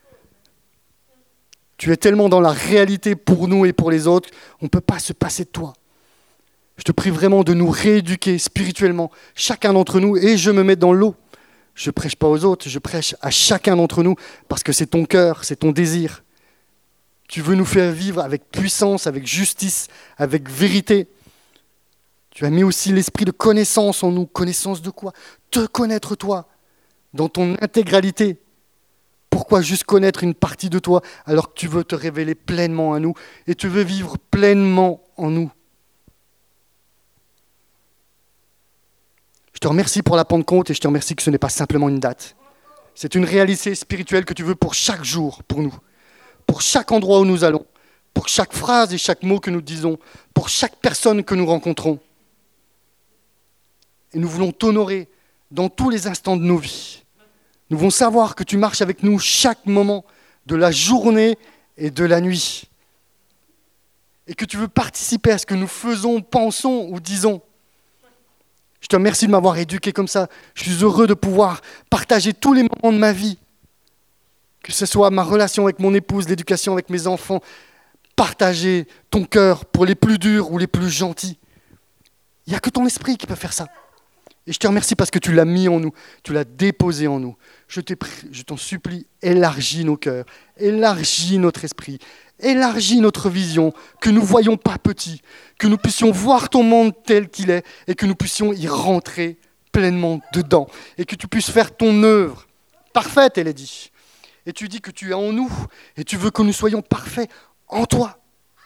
Tu es tellement dans la réalité pour nous et pour les autres, on ne peut pas se passer de toi. Je te prie vraiment de nous rééduquer spirituellement, chacun d'entre nous, et je me mets dans l'eau. Je ne prêche pas aux autres, je prêche à chacun d'entre nous, parce que c'est ton cœur, c'est ton désir. Tu veux nous faire vivre avec puissance, avec justice, avec vérité. Tu as mis aussi l'esprit de connaissance en nous. Connaissance de quoi? Te connaître toi, dans ton intégralité. Pourquoi juste connaître une partie de toi, alors que tu veux te révéler pleinement à nous, et tu veux vivre pleinement en nous? Je te remercie pour la Pentecôte et je te remercie que ce n'est pas simplement une date. C'est une réalité spirituelle que tu veux pour chaque jour, pour nous. Pour chaque endroit où nous allons, pour chaque phrase et chaque mot que nous disons, pour chaque personne que nous rencontrons. Et nous voulons t'honorer dans tous les instants de nos vies. Nous voulons savoir que tu marches avec nous chaque moment de la journée et de la nuit. Et que tu veux participer à ce que nous faisons, pensons ou disons. Je te remercie de m'avoir éduqué comme ça. Je suis heureux de pouvoir partager tous les moments de ma vie. Que ce soit ma relation avec mon épouse, l'éducation avec mes enfants. Partager ton cœur pour les plus durs ou les plus gentils. Il n'y a que ton esprit qui peut faire ça. Et je te remercie parce que tu l'as mis en nous, tu l'as déposé en nous. Je, t'ai, je t'en supplie, élargis nos cœurs, élargis notre esprit, élargis notre vision, que nous ne voyions pas petit, que nous puissions voir ton monde tel qu'il est et que nous puissions y rentrer pleinement dedans. Et que tu puisses faire ton œuvre parfaite, elle est dit. Et tu dis que tu es en nous et tu veux que nous soyons parfaits en toi.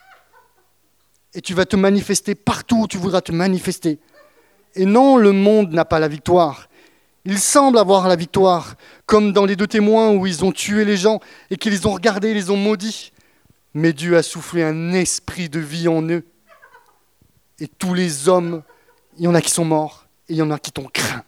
Et tu vas te manifester partout où tu voudras te manifester. Et non, le monde n'a pas la victoire. Il semble avoir la victoire, comme dans les deux témoins où ils ont tué les gens et qu'ils les ont regardés, ils les ont maudits. Mais Dieu a soufflé un esprit de vie en eux. Et tous les hommes, il y en a qui sont morts et il y en a qui t'ont craint.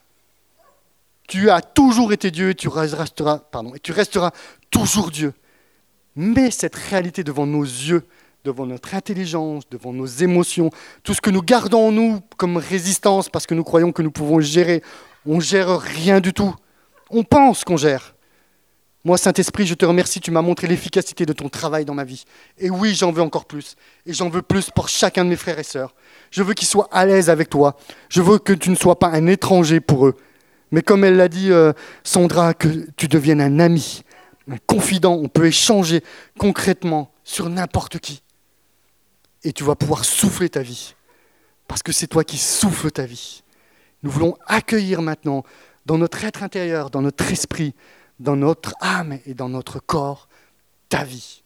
Tu as toujours été Dieu et tu resteras, pardon, et tu resteras toujours Dieu. Mets cette réalité devant nos yeux, devant notre intelligence, devant nos émotions, tout ce que nous gardons en nous comme résistance parce que nous croyons que nous pouvons gérer. On ne gère rien du tout. On pense qu'on gère. Moi, Saint-Esprit, je te remercie, tu m'as montré l'efficacité de ton travail dans ma vie. Et oui, j'en veux encore plus. Et j'en veux plus pour chacun de mes frères et sœurs. Je veux qu'ils soient à l'aise avec toi. Je veux que tu ne sois pas un étranger pour eux. Mais comme elle l'a dit, euh, Sandra, que tu deviennes un ami, un confident. On peut échanger concrètement sur n'importe qui. Et tu vas pouvoir souffler ta vie. Parce que c'est toi qui souffles ta vie. Nous voulons accueillir maintenant, dans notre être intérieur, dans notre esprit, dans notre âme et dans notre corps, ta vie.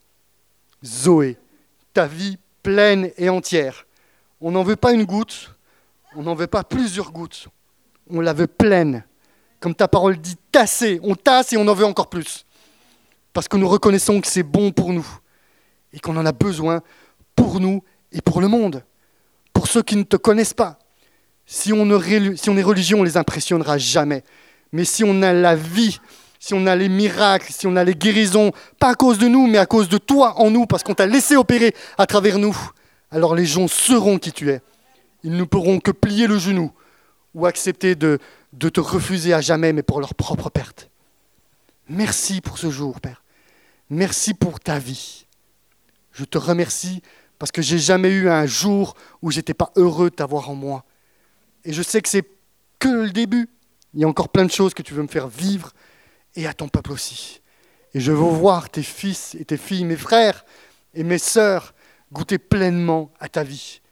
Zoé, ta vie pleine et entière. On n'en veut pas une goutte, on n'en veut pas plusieurs gouttes. On la veut pleine. Comme ta parole dit, tasser. On tasse et on en veut encore plus. Parce que nous reconnaissons que c'est bon pour nous. Et qu'on en a besoin pour nous et pour le monde. Pour ceux qui ne te connaissent pas. Si on, ne, si on est religieux, on ne les impressionnera jamais. Mais si on a la vie, si on a les miracles, si on a les guérisons, pas à cause de nous, mais à cause de toi en nous, parce qu'on t'a laissé opérer à travers nous, alors les gens sauront qui tu es. Ils ne pourront que plier le genou ou accepter de, de te refuser à jamais, mais pour leur propre perte. Merci pour ce jour, Père. Merci pour ta vie. Je te remercie parce que j'ai jamais eu un jour où j'étais pas heureux de t'avoir en moi. Et je sais que c'est que le début. Il y a encore plein de choses que tu veux me faire vivre et à ton peuple aussi. Et je veux voir tes fils et tes filles, mes frères et mes sœurs goûter pleinement à ta vie.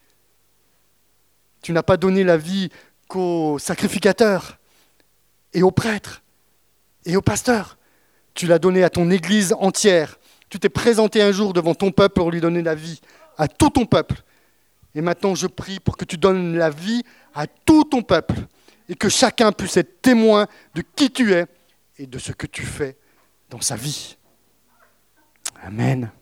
Tu n'as pas donné la vie qu'aux sacrificateurs et aux prêtres et aux pasteurs. Tu l'as donné à ton Église entière. Tu t'es présenté un jour devant ton peuple pour lui donner la vie, à tout ton peuple. Et maintenant, je prie pour que tu donnes la vie à tout ton peuple et que chacun puisse être témoin de qui tu es et de ce que tu fais dans sa vie. Amen.